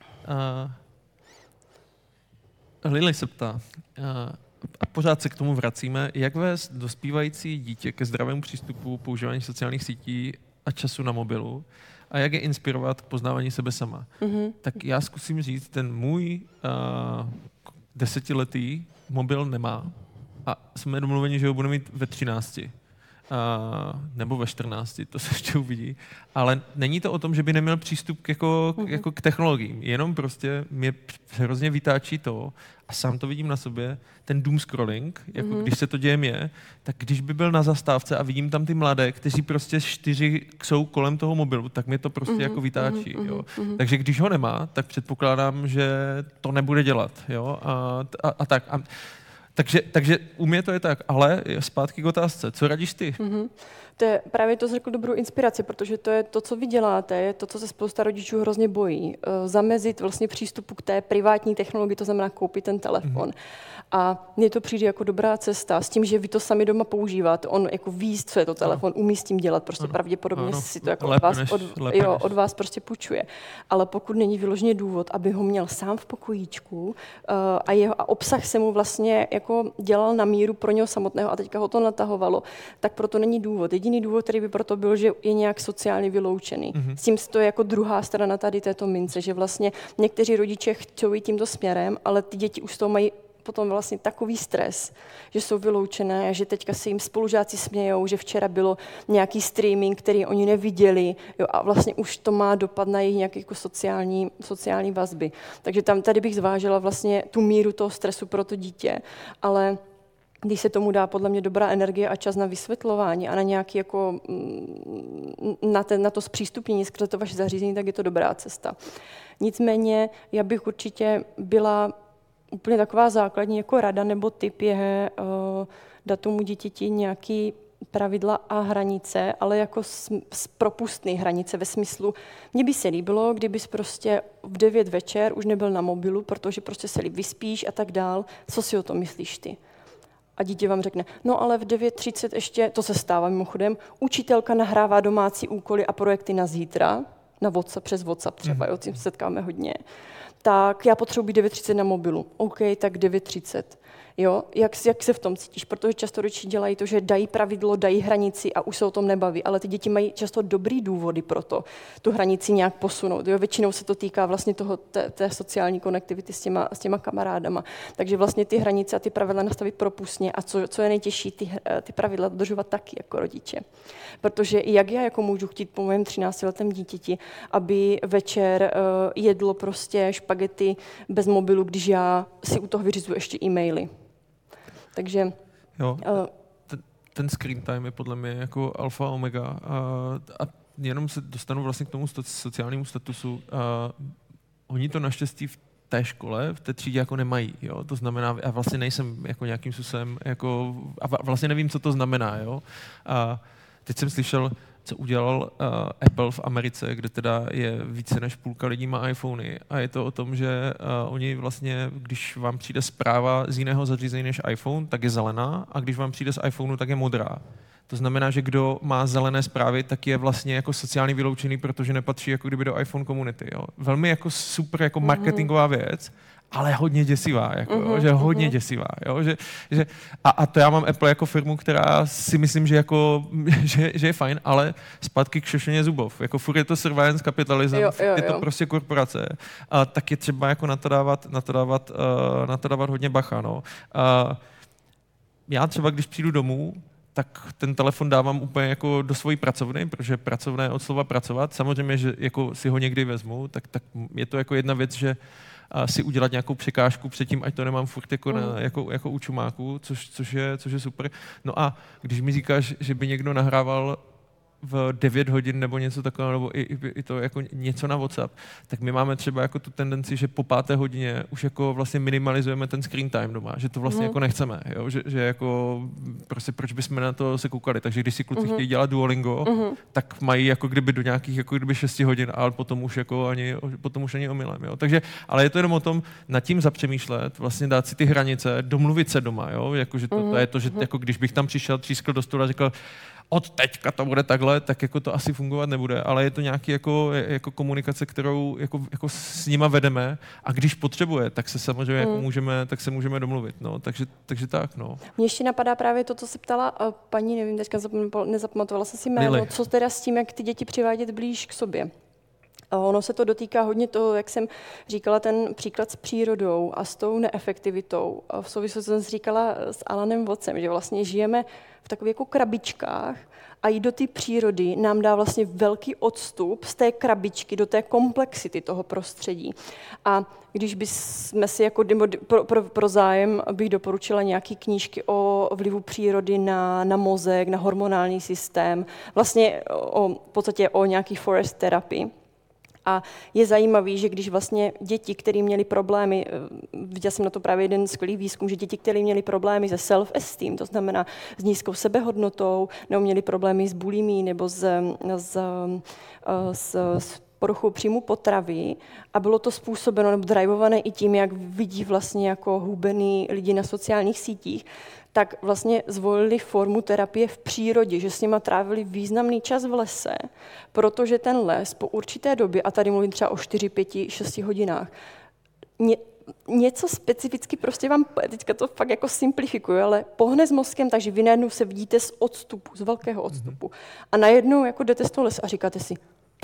Uh, Lily se ptá, uh, a pořád se k tomu vracíme, jak vést dospívající dítě ke zdravému přístupu používání sociálních sítí a času na mobilu a jak je inspirovat k poznávání sebe sama. Mm-hmm. Tak já zkusím říct, ten můj uh, desetiletý mobil nemá a jsme domluveni, že ho bude mít ve třinácti. Uh, nebo ve čtrnácti, to se ještě uvidí. Ale není to o tom, že by neměl přístup k, jako, mm-hmm. jako k technologiím. Jenom prostě mě hrozně vytáčí to, a sám to vidím na sobě, ten doom scrolling, jako mm-hmm. když se to děje mě, tak když by byl na zastávce a vidím tam ty mladé, kteří prostě čtyři jsou kolem toho mobilu, tak mě to prostě mm-hmm. jako vytáčí. Mm-hmm. Jo. Mm-hmm. Takže když ho nemá, tak předpokládám, že to nebude dělat. Jo. A, a, a tak. A, Takže, takže u mě to je tak, ale zpátky k otázce. Co radíš ty? Mm-hmm. To je právě to, řekl dobrou inspiraci, protože to je to, co vy děláte, je to, co se spousta rodičů hrozně bojí. Zamezit vlastně přístupu k té privátní technologii, to znamená koupit ten telefon. Mm-hmm. A mně to přijde jako dobrá cesta s tím, že vy to sami doma používáte. On jako ví, co je to telefon, umí s tím dělat, prostě ano. pravděpodobně ano. si to jako od vás, od, jo, od vás prostě půjčuje. Ale pokud není vyloženě důvod, aby ho měl sám v pokojíčku uh, a jeho a obsah se mu vlastně jako dělal na míru pro něho samotného a teďka ho to natahovalo, tak proto není důvod. Jediný důvod, který by proto byl, že je nějak sociálně vyloučený. Mm-hmm. S tím to je jako druhá strana tady této mince, že vlastně někteří rodiče chtějí jít tímto směrem, ale ty děti už z toho mají potom vlastně takový stres, že jsou vyloučené a že teďka se jim spolužáci smějou, že včera bylo nějaký streaming, který oni neviděli, jo, a vlastně už to má dopad na jejich nějaké jako sociální, sociální vazby. Takže tam tady bych zvážila vlastně tu míru toho stresu pro to dítě, ale když se tomu dá podle mě dobrá energie a čas na vysvětlování a na nějaký jako na, ten, na to zpřístupnění skrze to vaše zařízení, tak je to dobrá cesta. Nicméně já bych určitě byla úplně taková základní jako rada nebo tip je uh, dát tomu dítěti nějaký pravidla a hranice, ale jako propustné hranice ve smyslu, mně by se líbilo, kdybys prostě v devět večer už nebyl na mobilu, protože prostě se líp vyspíš a tak dál. Co si o tom myslíš ty? A dítě vám řekne, no ale v devět třicet ještě, to se stává mimochodem, učitelka nahrává domácí úkoly a projekty na zítra, na WhatsApp, přes WhatsApp třeba, jo, tím se setkáme hodně. Tak já potřebuji být devět třicet na mobilu. OK, tak devět třicet. Jo, jak, jak se v tom cítíš? Protože často rodiče dělají to, že dají pravidlo, dají hranici a už se o tom nebaví, ale ty děti mají často dobrý důvody pro to, tu hranici nějak posunout. Jo, většinou se to týká vlastně toho, té, té sociální konektivity s těma, s těma kamarádama. Takže vlastně ty hranice a ty pravidla nastavit propustně a co, co je nejtěžší, ty, ty pravidla dodržovat taky jako rodiče. Protože jak já jako můžu chtít po mém třináctiletém dítěti, aby večer uh, jedlo prostě špagety bez mobilu, když já si u toho vyřizuji ještě e-maily. Takže jo, uh, ten, ten screen time je podle mě jako alfa omega a, a jenom se dostanu vlastně k tomu sociálnímu statusu. Uh, oni to naštěstí v té škole, v té třídě jako nemají, jo? To znamená, já vlastně nejsem jako nějakým způsobem, jako, a vlastně nevím, co to znamená, jo. A teď jsem slyšel, co udělal uh, Apple v Americe, kde teda je více než půlka lidí má iPhony a je to o tom, že uh, oni vlastně, když vám přijde zpráva z jiného zařízení než iPhone, tak je zelená a když vám přijde z iPhoneu, tak je modrá. To znamená, že kdo má zelené zprávy, tak je vlastně jako sociálně vyloučený, protože nepatří jako kdyby do iPhone komunity. Jo. Velmi jako super jako marketingová věc, ale hodně děsivá, jako, uh-huh, jo, že hodně uh-huh. děsivá. Jo, že, že, a, a to já mám Apple jako firmu, která si myslím, že, jako, že, že je fajn, ale zpátky k šošeně zubov. Jako furt je to surveillance capitalism, jo, jo, je to jo. prostě korporace. A tak je třeba jako na to dávat, na to dávat, uh, na to dávat hodně bacha. No. Uh, já třeba, když přijdu domů, tak ten telefon dávám úplně jako do svojí pracovny, protože pracovné je od slova pracovat. Samozřejmě, že jako si ho někdy vezmu, tak, tak je to jako jedna věc, že a si udělat nějakou překážku předtím, ať to nemám furt jako, na, jako, jako u čumáku, což, což, je, což je super. No a když mi říkáš, že by někdo nahrával v devět hodin nebo něco takového, nebo i, i, i to jako něco na WhatsApp, tak my máme třeba jako tu tendenci, že po páté hodině už jako vlastně minimalizujeme ten screen time doma, že to vlastně mm. jako nechceme, jo? Že, že jako prostě proč bychom na to se koukali, takže když si kluci mm. chtějí dělat Duolingo, mm. tak mají jako kdyby do nějakých jako kdyby šesti hodin, ale potom už jako ani, potom už ani omylem, jo? Takže, ale je to jenom o tom nad tím zapřemýšlet, vlastně dát si ty hranice, domluvit se doma, jo? Jako, že to, mm. to je to, že jako když bych tam přišel, třískl do stolu a řekl, od teďka to bude takhle, tak jako to asi fungovat nebude, ale je to nějaký jako, jako komunikace, kterou jako, jako s nima vedeme a když potřebuje, tak se samozřejmě mm. jako můžeme, tak se můžeme domluvit, no, takže, takže tak, no. Mně ještě napadá právě to, co se ptala uh, paní, nevím, teďka nezapamatovala jsem si jméno, co teda s tím, jak ty děti přivádět blíž k sobě. Ono se to dotýká hodně toho, jak jsem říkala, ten příklad s přírodou a s tou neefektivitou. V souvislosti jsem říkala s Alanem Wattsem, že vlastně žijeme v takových jako krabičkách a jít do té přírody nám dá vlastně velký odstup z té krabičky do té komplexity toho prostředí. A když bychom si jako pro, pro, pro zájem bych doporučila nějaké knížky o vlivu přírody na, na mozek, na hormonální systém, vlastně o, v podstatě o nějaký forest terapii. A je zajímavý, že když vlastně děti, které měly problémy, viděla jsem na to právě jeden skvělý výzkum, že děti, které měly problémy se self-esteem, to znamená s nízkou sebehodnotou, nebo měly problémy s bulimií nebo s, s, s, s poruchou příjmu potravy a bylo to způsobeno nebo drivované i tím, jak vidí vlastně jako hubený lidi na sociálních sítích, tak vlastně zvolili formu terapie v přírodě, že s nima trávili významný čas v lese, protože ten les po určité době, a tady mluvím třeba o čtyři, pět, šest hodinách, ně, něco specificky prostě vám, teďka to fakt jako simplifikuju, ale pohne s mozkem, takže vy najednou se vidíte z odstupu, z velkého odstupu. A najednou jako jdete z toho lesa a říkáte si,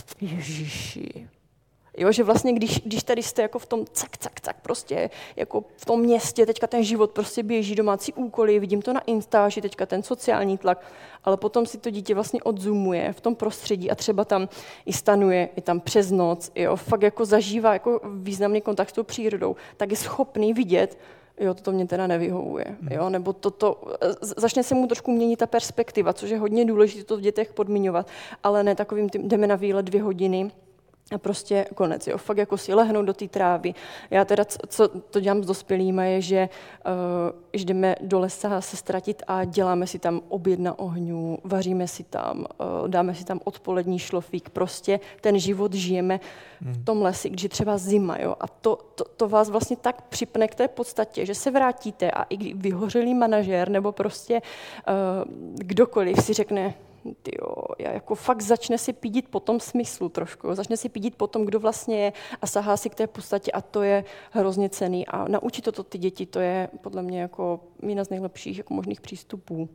ježiši. Jo, že vlastně, když, když tady jste jako v tom cak, cak, cak, prostě jako v tom městě, teďka ten život prostě běží, domácí úkoly, vidím to na Instači, teďka ten sociální tlak, ale potom si to dítě vlastně odzoomuje v tom prostředí a třeba tam i stanuje, je tam přes noc, jo, fakt jako zažívá jako významný kontakt s tou přírodou, tak je schopný vidět, jo, toto mě teda nevyhovuje, jo, nebo toto, začne se mu trošku měnit ta perspektiva, což je hodně důležité to v dětech podmiňovat, ale ne takovým tím, jdeme na výlet dvě hodiny, a prostě konec, jo, fakt jako si lehnout do té trávy. Já teda, co to dělám s dospělými, je, že uh, když jdeme do lesa se ztratit a děláme si tam oběd na ohňu, vaříme si tam, uh, dáme si tam odpolední šlofík, prostě ten život žijeme v tom lesi, když je třeba zima, jo, a to, to, to vás vlastně tak připne k té podstatě, že se vrátíte a i vyhořelý manažér nebo prostě uh, kdokoliv si řekne, tyjo, já jako fakt začne si pídit po tom smyslu trošku, začne si pídit po tom, kdo vlastně je a sahá si k té podstatě a to je hrozně cenný a naučit toto ty děti, to je podle mě jako jedna z nejlepších jako možných přístupů.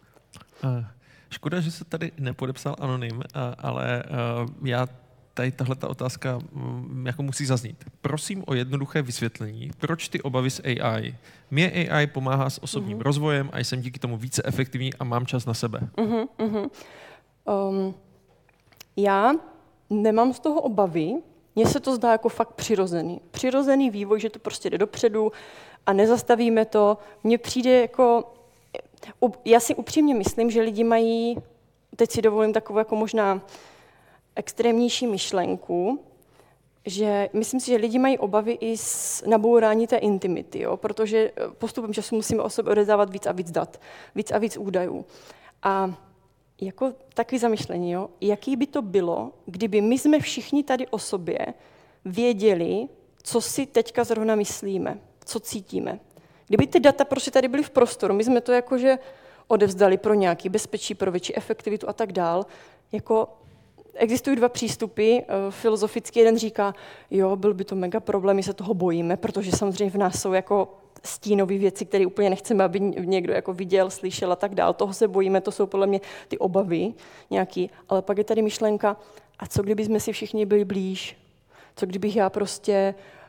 Škoda, že se tady nepodepsal anonym, ale já tady tahle ta otázka jako musí zaznít. Prosím o jednoduché vysvětlení, proč ty obavy z A I. Mně A I pomáhá s osobním uh-huh. rozvojem a jsem díky tomu více efektivní a mám čas na sebe. Uh-huh, uh-huh. Um, já nemám z toho obavy, mně se to zdá jako fakt přirozený. Přirozený vývoj, že to prostě jde dopředu a nezastavíme to. Mně přijde jako... Já si upřímně myslím, že lidi mají, teď si dovolím takovou jako možná extrémnější myšlenku, že myslím si, že lidi mají obavy i z nabourání té intimity, jo? Protože postupem času musíme o sobě odevzdávat víc a víc dat, víc a víc údajů. A jako takový zamyšlení, jo? Jaký by to bylo, kdyby my jsme všichni tady o sobě věděli, co si teďka zrovna myslíme, co cítíme. Kdyby ty data prostě tady byly v prostoru, my jsme to jakože odevzdali pro nějaký bezpečí, pro větší efektivitu a tak dál, jako existují dva přístupy. Filozoficky jeden říká, jo, byl by to mega problém, my se toho bojíme, protože samozřejmě v nás jsou jako stínové věci, které úplně nechceme, aby někdo jako viděl, slyšel a tak dál. Toho se bojíme, to jsou podle mě ty obavy nějaký. Ale pak je tady myšlenka, a co kdyby jsme si všichni byli blíž? Co kdybych já prostě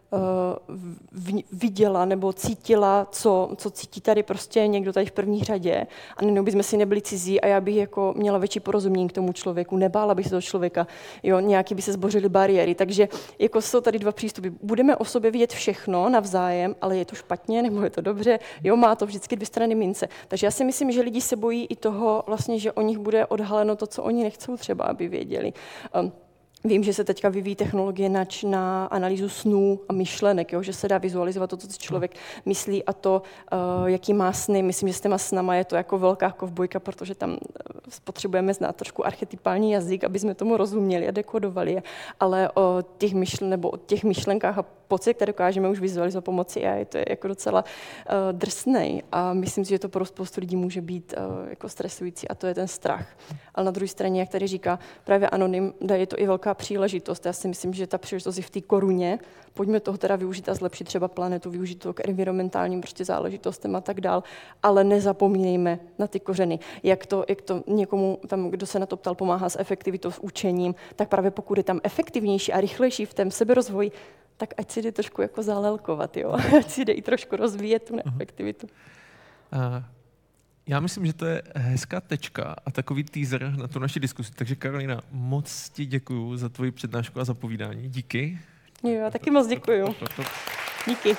viděla nebo cítila, co, co cítí tady prostě někdo tady v první řadě a nenou bychom si nebyli cizí a já bych jako měla větší porozumění k tomu člověku, nebála bych se toho člověka, jo, nějaký by se zbořily bariéry, takže jako jsou tady dva přístupy. Budeme o sobě vidět všechno navzájem, ale je to špatně nebo je to dobře, jo, má to vždycky dvě strany mince. Takže já si myslím, že lidi se bojí i toho vlastně, že o nich bude odhaleno to, co oni nechcou třeba, aby věděli. Um, Vím, že se teďka vyvíjí technologie na, na analýzu snů a myšlenek, jo? Že se dá vizualizovat to, co si člověk myslí a to, uh, jaký má sny. Myslím, že s těma snama je to jako velká kovbojka, protože tam uh, potřebujeme znát trošku archetypální jazyk, aby jsme tomu rozuměli a dekodovali je. Ale o těch, myšl- nebo o těch myšlenkách a pocit, které dokážeme už vizualizovat pomocí A I, to je jako docela uh, drsnej. A myslím si, že to pro spoustu lidí může být uh, jako stresující a to je ten strach. Ale na druhé straně, jak tady říká právě Anonym, je to i velká příležitost. Já si myslím, že ta příležitost je v té koruně. Pojďme toho teda využít a zlepšit třeba planetu, využít to k environmentálním prostě záležitostem a tak dál, ale nezapomínejme na ty kořeny. Jak to, jak to někomu, tam, kdo se na to ptal, pomáhá s efektivitou, s učením, tak právě pokud je tam efektivnější a rychlejší v tom seberozvoji, tak ať si jde trošku jako zálelkovat, jo? Ať si jde i trošku rozvíjet tu neefektivitu. Uh. Já myslím, že to je hezká tečka a takový teaser na tu naši diskusi. Takže Karolína, moc ti děkuju za tvoji přednášku a za povídání. Díky. Jo, já taky moc děkuju. Díky.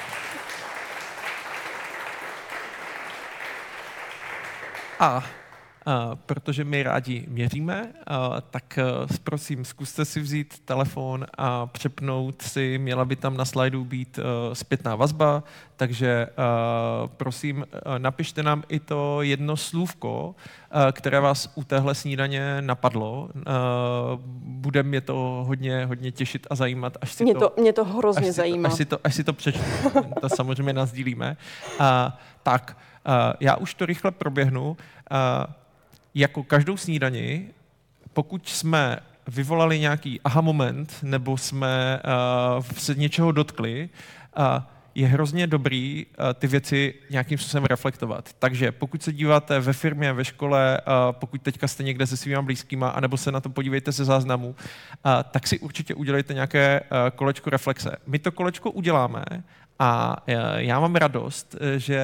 A, a protože my rádi měříme, a, tak a, prosím, zkuste si vzít telefon a přepnout si, měla by tam na slajdu být a, zpětná vazba, takže a, prosím, a, napište nám i to jedno slůvko, a, které vás u téhle snídaně napadlo. A, bude mě to hodně, hodně těšit a zajímat, až si mě to... to mě to hrozně až zajímá. Si to, až, si to, až si to přečtu, to samozřejmě nasdílíme. A, tak, a, já už to rychle proběhnu. A, jako každou snídani, pokud jsme vyvolali nějaký aha moment, nebo jsme uh, se něčeho dotkli, uh, je hrozně dobrý uh, ty věci nějakým způsobem reflektovat. Takže pokud se díváte ve firmě, ve škole, uh, pokud teďka jste někde se svýma blízkýma, anebo se na to podívejte ze záznamu, uh, tak si určitě udělejte nějaké uh, kolečko reflexe. My to kolečko uděláme a uh, já mám radost, že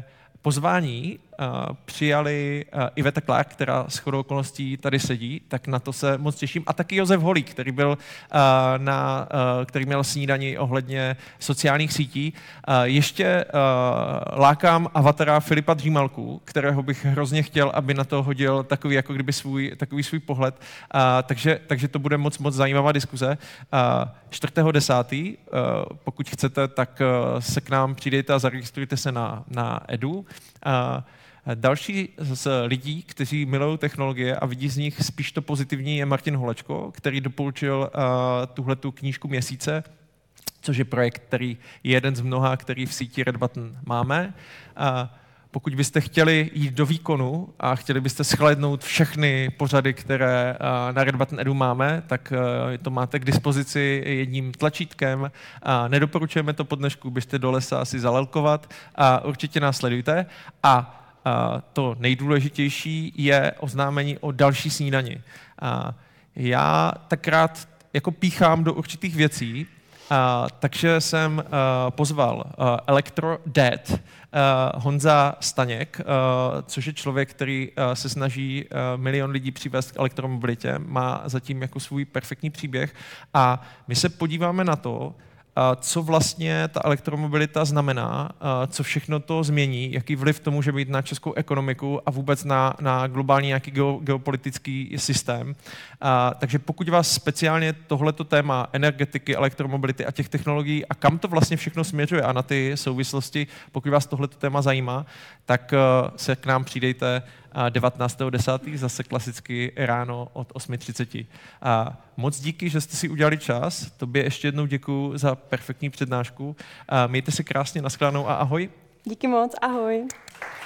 pozvání uh, přijali uh, Iveta Clark, která shodou okolností tady sedí, tak na to se moc těším. A taky Josef Holík, který, byl, uh, na, uh, který měl snídani ohledně sociálních sítí. Uh, ještě uh, lákám avatara Filipa Dřímalku, kterého bych hrozně chtěl, aby na to hodil takový, jako kdyby svůj, takový svůj pohled. Uh, takže, takže to bude moc, moc zajímavá diskuze. Uh, čtvrtého desátého Uh, pokud chcete, tak uh, se k nám přijdejte a zaregistrujte se na, na Edu. A další z lidí, kteří milují technologie a vidí z nich spíš to pozitivní, je Martin Holečko, který doporučil uh, tuhletu knížku Měsíce, což je projekt, který je jeden z mnoha, který v síti Red Button máme. Uh, Pokud byste chtěli jít do výkonu a chtěli byste shlédnout všechny pořady, které na Red Button Edu máme, tak to máte k dispozici jedním tlačítkem. A nedoporučujeme to po dnešku, byste do lesa asi zalelkovat a určitě nás sledujte. A to nejdůležitější je oznámení o další snídani. A já tak rád jako píchám do určitých věcí, Uh, takže jsem uh, pozval uh, Electro Dad, uh, Honza Staněk, uh, což je člověk, který uh, se snaží uh, milion lidí přivést k elektromobilitě, má zatím jako svůj perfektní příběh a my se podíváme na to, co vlastně ta elektromobilita znamená, co všechno to změní, jaký vliv to může mít na českou ekonomiku a vůbec na, na globální nějaký geopolitický systém. A, takže pokud vás speciálně tohleto téma energetiky, elektromobility a těch technologií a kam to vlastně všechno směřuje a na ty souvislosti, pokud vás tohleto téma zajímá, tak se k nám přidejte devatenáctého desátého zase klasicky ráno od osm třicet. A moc díky, že jste si udělali čas. Tobě ještě jednou děkuju za perfektní přednášku. A mějte se krásně, nashledanou a ahoj. Díky moc, ahoj.